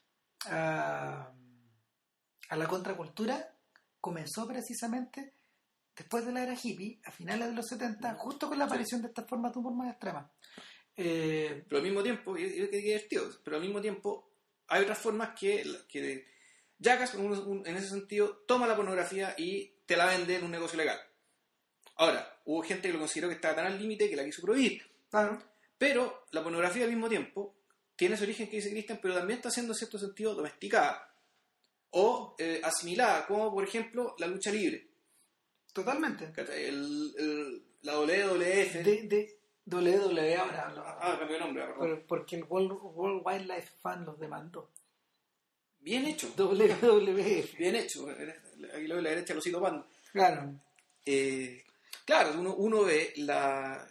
a, a la contracultura, comenzó precisamente después de la era hippie, a finales de los setenta, justo con la aparición de estas formas de humor más extremas. Eh, pero al mismo tiempo, y es divertido, pero al mismo tiempo hay otras formas que, que Jackass, en ese sentido, toma la pornografía y te la vende en un negocio legal. Ahora, hubo gente que lo consideró que estaba tan al límite que la quiso prohibir. Claro. Pero la pornografía al mismo tiempo tiene ese origen que dice Christian, pero también está siendo en cierto sentido domesticada o eh, asimilada, como por ejemplo la lucha libre. Totalmente. El, el, la doble u doble u efe. De, de doble u doble u e ahora. Ah, cambió de nombre, perdón. Porque el World, World Wildlife Fund los demandó. Bien hecho. doble u doble u efe. Bien hecho. Aquí lo de la derecha, Losito Panda. Claro. Eh, claro, uno, uno ve la,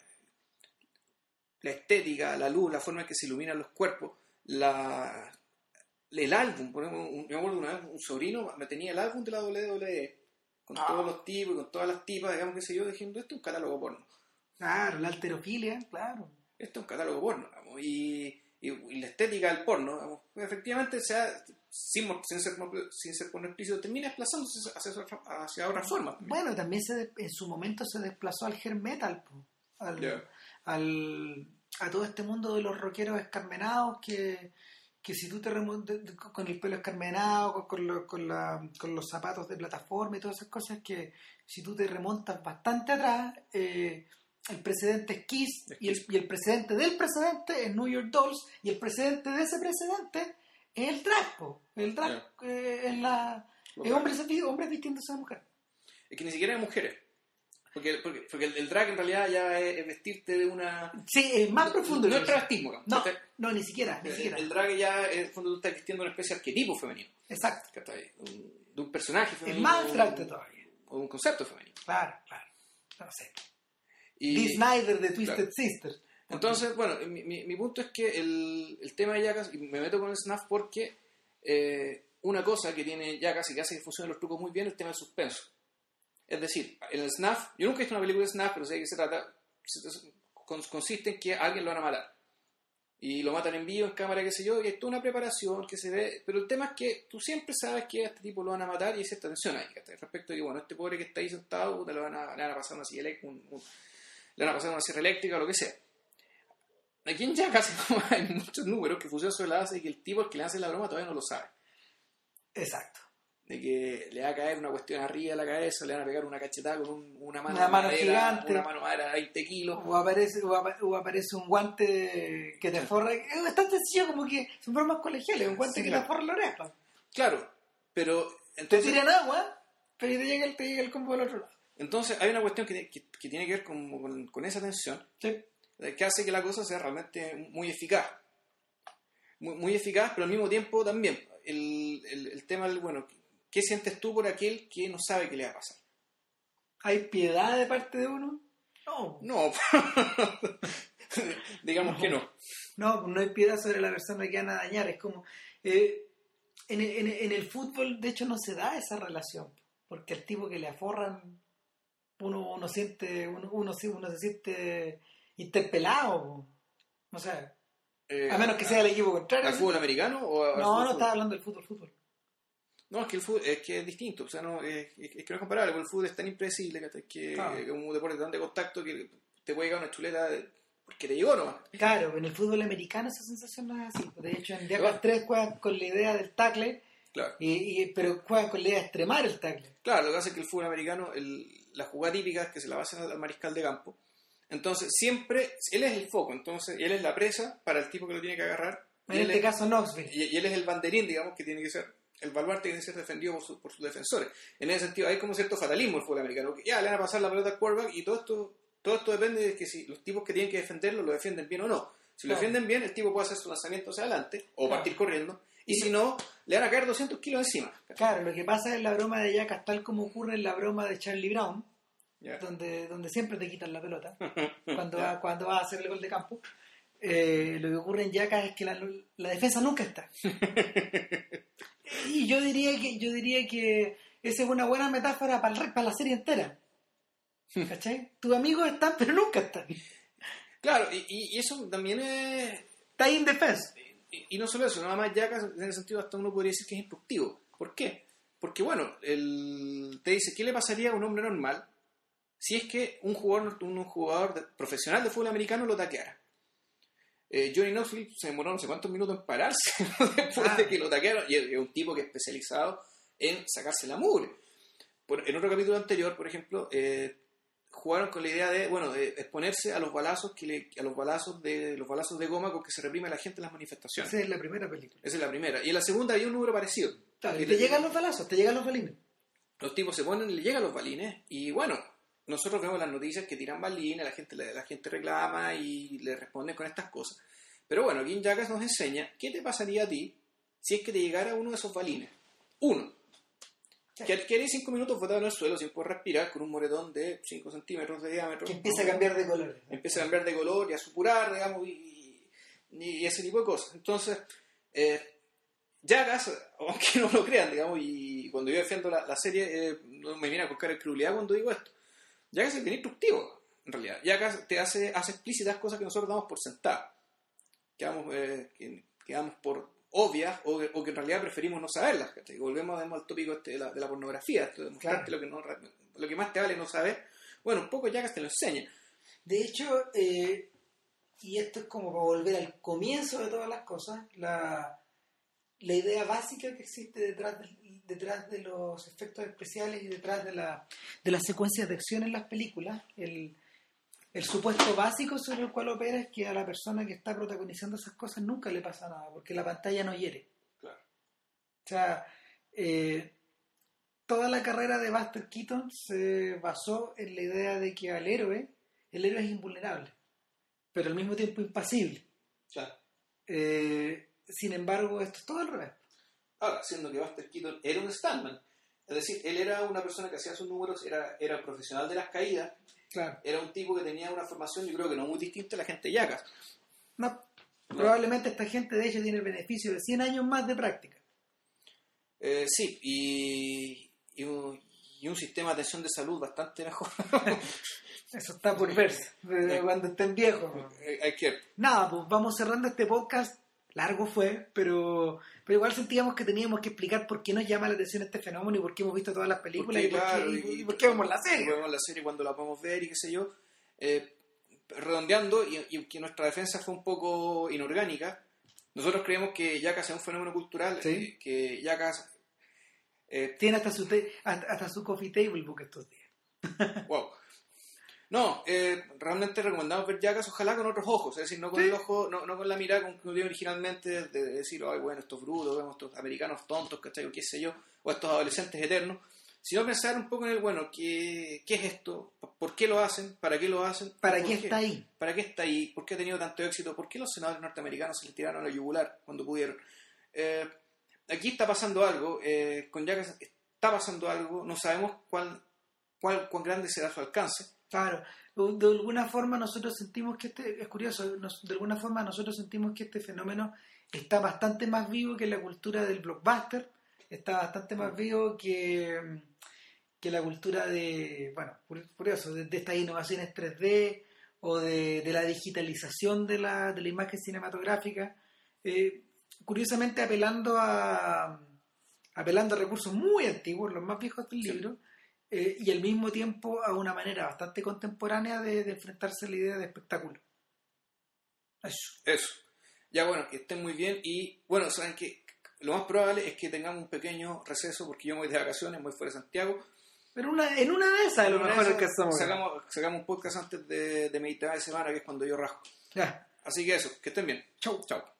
la estética, la luz, la forma en que se iluminan los cuerpos, la, el álbum. Por ejemplo, un, me acuerdo una vez un sobrino me tenía el álbum de la doble u doble u e con ah. todos los tipos, con todas las tipas, digamos, que sé yo, diciendo, esto es un catálogo porno. Claro, la alterofilia, claro. Esto es un catálogo porno, digamos, y, y, y la estética del porno, digamos, efectivamente, sea, sin, sin, ser, sin ser porno explícito, termina desplazándose hacia, hacia otras formas. Bueno, también se, en su momento se desplazó al hair metal, al, yeah. al, a todo este mundo de los rockeros escarmenados que... que si tú te remontas con el pelo escarmenado, con, con, lo, con, la, con los zapatos de plataforma y todas esas cosas, que si tú te remontas bastante atrás, eh, el precedente es Kiss, es y, el, y el precedente del precedente es New York Dolls, y el precedente de ese precedente es el drag, po. El drag yeah. eh, es, la, es hombres, hombres vistiéndose de mujer. Es que ni siquiera hay mujeres. Porque, porque, porque el, el drag en realidad ya es, es vestirte de una... Sí, es más profundo. No es travestismo. No, no, ni siquiera, ni el, siquiera. El drag ya es cuando tú estás vistiendo una especie de arquetipo femenino. Exacto. Un, de un personaje femenino. Es más abstracto todavía. O un concepto femenino. Claro, claro. No sé. Y, Dee Snider de Twisted claro. Sister. Entonces, bueno, mi, mi, mi punto es que el, el tema de Jackass, y me meto con el snuff porque eh, una cosa que tiene Jackass y que hace que funcionen los trucos muy bien es el tema del suspenso. Es decir, en el snuff, yo nunca he visto una película de snuff, pero sé de qué se trata, consiste en que a alguien lo van a matar. Y lo matan en vivo, en cámara, qué sé yo, y hay toda una preparación que se ve, pero el tema es que tú siempre sabes que a este tipo lo van a matar y hay cierta tensión ahí, respecto de que, bueno, este pobre que está ahí sentado, le van a, le van a pasar una silla eléctrica, un, un, le van a pasar una sierra eléctrica o lo que sea. Aquí en Jackass hay muchos números que funcionan sobre la base de que el tipo al que le hace la broma todavía no lo sabe. Exacto. De que le va a caer una cuestión arriba de la cabeza, le van a pegar una cachetada con un, una mano, una mano madera, gigante, una mano madera de veinte kilos. O aparece, o, ap- o aparece un guante que te forra. Es bastante sencillo, como que son formas colegiales, un guante sí, que claro. te forra la oreja. Claro, pero. Entonces, te tiran agua, pero te llega el, te llega el combo del otro lado. Entonces, hay una cuestión que, que, que tiene que ver con, con, con esa tensión, sí. que hace que la cosa sea realmente muy eficaz. Muy, muy eficaz, pero al mismo tiempo también. El, el, el tema del, bueno. ¿Qué sientes tú por aquel que no sabe qué le va a pasar? ¿Hay piedad de parte de uno? No. No. Digamos no. que no. No, no hay piedad sobre la persona que van a dañar. Es como... Eh, en, en, en el fútbol, de hecho, no se da esa relación. Porque el tipo que le aforran, uno, uno siente... Uno, uno, uno se siente interpelado. O sea, eh, a menos que sea el equipo contrario. ¿Al fútbol americano o al No, fútbol? No, estaba hablando del fútbol, fútbol. No, es que el fútbol es que es distinto, o sea, no es, es que no es comparable, porque el fútbol es tan impredecible que es que, claro. que es un deporte tan de contacto que te puede llegar una chuleta de, porque te llegó nomás. Claro, en el fútbol americano esa sensación no es así. De hecho, en Jackass tres juegan con la idea del tackle, claro. y, y, pero juegan con la idea de extremar el tackle. Claro, lo que hace es que el fútbol americano, el, la jugada típica es que se la hacen al mariscal de campo. Entonces, siempre, él es el foco, entonces, él es la presa para el tipo que lo tiene que agarrar. En este es, caso, Knoxville. Y, y él es el banderín, digamos, que tiene que ser, el baluarte que tiene que ser defendido por, su, por sus defensores. En ese sentido, hay como cierto fatalismo en el fútbol americano, que ya le van a pasar la pelota al quarterback y todo esto, todo esto depende de que si los tipos que tienen que defenderlo lo defienden bien o no. Si claro. lo defienden bien, el tipo puede hacer su lanzamiento hacia adelante o claro. partir corriendo. Y si no, le van a caer doscientos kilos encima. Claro, lo que pasa es la broma de Jackass, tal como ocurre en la broma de Charlie Brown, yeah. donde, donde siempre te quitan la pelota cuando, yeah. va, cuando vas a hacer el gol de campo. Eh, lo que ocurre en Jackass es que la, la defensa nunca está. Y yo diría que yo diría que esa es una buena metáfora para, el, para la serie entera. ¿Cachai? Tus amigos están, pero nunca están. Claro, y, y eso también es... Está indefenso. Y, y no solo eso, nada más Jackass, en ese sentido hasta uno podría decir que es instructivo. ¿Por qué? Porque bueno, el, te dice, ¿qué le pasaría a un hombre normal si es que un jugador, un jugador de, profesional de fútbol americano lo taqueara? Eh, Johnny Knoxville se demoró no sé cuántos minutos en pararse después ah. de que lo taquearon, y es un tipo que es especializado en sacarse la mugre. Por, en otro capítulo anterior, por ejemplo, eh, jugaron con la idea de, bueno, de exponerse a los balazos que le, a los balazos de los balazos de goma con que se reprime a la gente en las manifestaciones. Esa es la primera película. Esa es la primera. Y en la segunda hay un número parecido. Claro, y te, te llegan los balazos, te llegan los balines. Los tipos se ponen, le llegan los balines y bueno, nosotros vemos las noticias que tiran balines, la gente, la, la gente reclama y le responden con estas cosas. Pero bueno, aquí en Jackass nos enseña qué te pasaría a ti si es que te llegara uno de esos balines. Uno. Que, que haría cinco minutos botado en el suelo sin poder respirar con un moretón de cinco centímetros de diámetro. Que empieza a cambiar de color. Empieza a cambiar de color y a supurar, digamos, y, y, y ese tipo de cosas. Entonces, eh, Jackass, aunque no lo crean, digamos, y cuando yo defiendo la, la serie, eh, no me viene a buscar el credulidad cuando digo esto. Jackass es bien instructivo, en realidad. Jackass te hace, hace explícitas cosas que nosotros damos por sentadas. Quedamos, eh, que, quedamos por obvias o, o que en realidad preferimos no saberlas. ¿Cachai? Volvemos al tópico este de, la, de la pornografía, esto de mostrarte claro. lo, que no, lo que más te vale no saber. Bueno, un poco Jackass te lo enseña. De hecho, eh, y esto es como para volver al comienzo de todas las cosas, la, la idea básica que existe detrás de, detrás de los efectos especiales y detrás de, la, de las secuencias de acción en las películas, el... El supuesto básico sobre el cual opera es que a la persona que está protagonizando esas cosas nunca le pasa nada, porque la pantalla no hiere. Claro. O sea, eh, toda la carrera de Buster Keaton se basó en la idea de que al héroe, el héroe es invulnerable, pero al mismo tiempo impasible. Claro. Eh, sin embargo, esto es todo al revés. Ahora, siendo que Buster Keaton era un stuntman, es decir, él era una persona que hacía sus números, era, era profesional de las caídas. Claro. Era un tipo que tenía una formación, yo creo que no muy distinta a la gente de Jackass. No, no. Probablemente esta gente de hecho tiene el beneficio de cien años más de práctica. Eh, sí, y, y, un, y un sistema de atención de salud bastante mejor. Eso está por verse, cuando estén viejos. Hay que... Nada, pues vamos cerrando este podcast. Largo fue, pero pero igual sentíamos que teníamos que explicar por qué nos llama la atención este fenómeno y por qué hemos visto todas las películas y, claro, por qué, y, y, y por qué vemos la serie. Vemos la serie cuando la podemos ver y qué sé yo. Eh, redondeando, y, y que nuestra defensa fue un poco inorgánica, nosotros creemos que Jackass es un fenómeno cultural, ¿sí? eh, que Jackass... Eh, Tiene hasta su, te, hasta, hasta su coffee table book estos días. Wow. No, eh, realmente recomendamos ver Jackass, ojalá con otros ojos, es decir, no con ¿sí? el ojo, no, no con la mirada con que uno dio originalmente de, de decir, ay, bueno, estos brutos, vemos estos americanos tontos, ¿cachai? O qué sé yo, o estos adolescentes eternos, sino pensar un poco en el, bueno, ¿qué, qué es esto? ¿Por qué lo hacen? ¿Para qué lo hacen? ¿Para qué está ahí? ¿Para qué está ahí? ¿Por qué ha tenido tanto éxito? ¿Por qué los senadores norteamericanos se les tiraron a la yugular cuando pudieron? Eh, aquí está pasando algo, eh, con Jackass está pasando algo, no sabemos cuál, cuál, cuán grande será su alcance. Claro, de alguna forma nosotros sentimos que este, es curioso, nos, de alguna forma nosotros sentimos que este fenómeno está bastante más vivo que la cultura del blockbuster, está bastante más vivo que, que la cultura de, bueno, curioso, de, de estas innovaciones tres D o de, de la digitalización de la, de la imagen cinematográfica, eh, curiosamente apelando a, apelando a recursos muy antiguos, los más viejos del libro, sí. Eh, y al mismo tiempo a una manera bastante contemporánea de, de enfrentarse a la idea de espectáculo. Eso. Eso. Ya bueno, que estén muy bien y bueno, saben que lo más probable es que tengamos un pequeño receso porque yo me voy de vacaciones, voy fuera de Santiago. Pero una, en una de esas a lo Una mejor de es que esas estamos. sacamos, sacamos un podcast antes de, de mitad de semana, que es cuando yo rasco. Ya. Así que eso, que estén bien. Chau. Chau.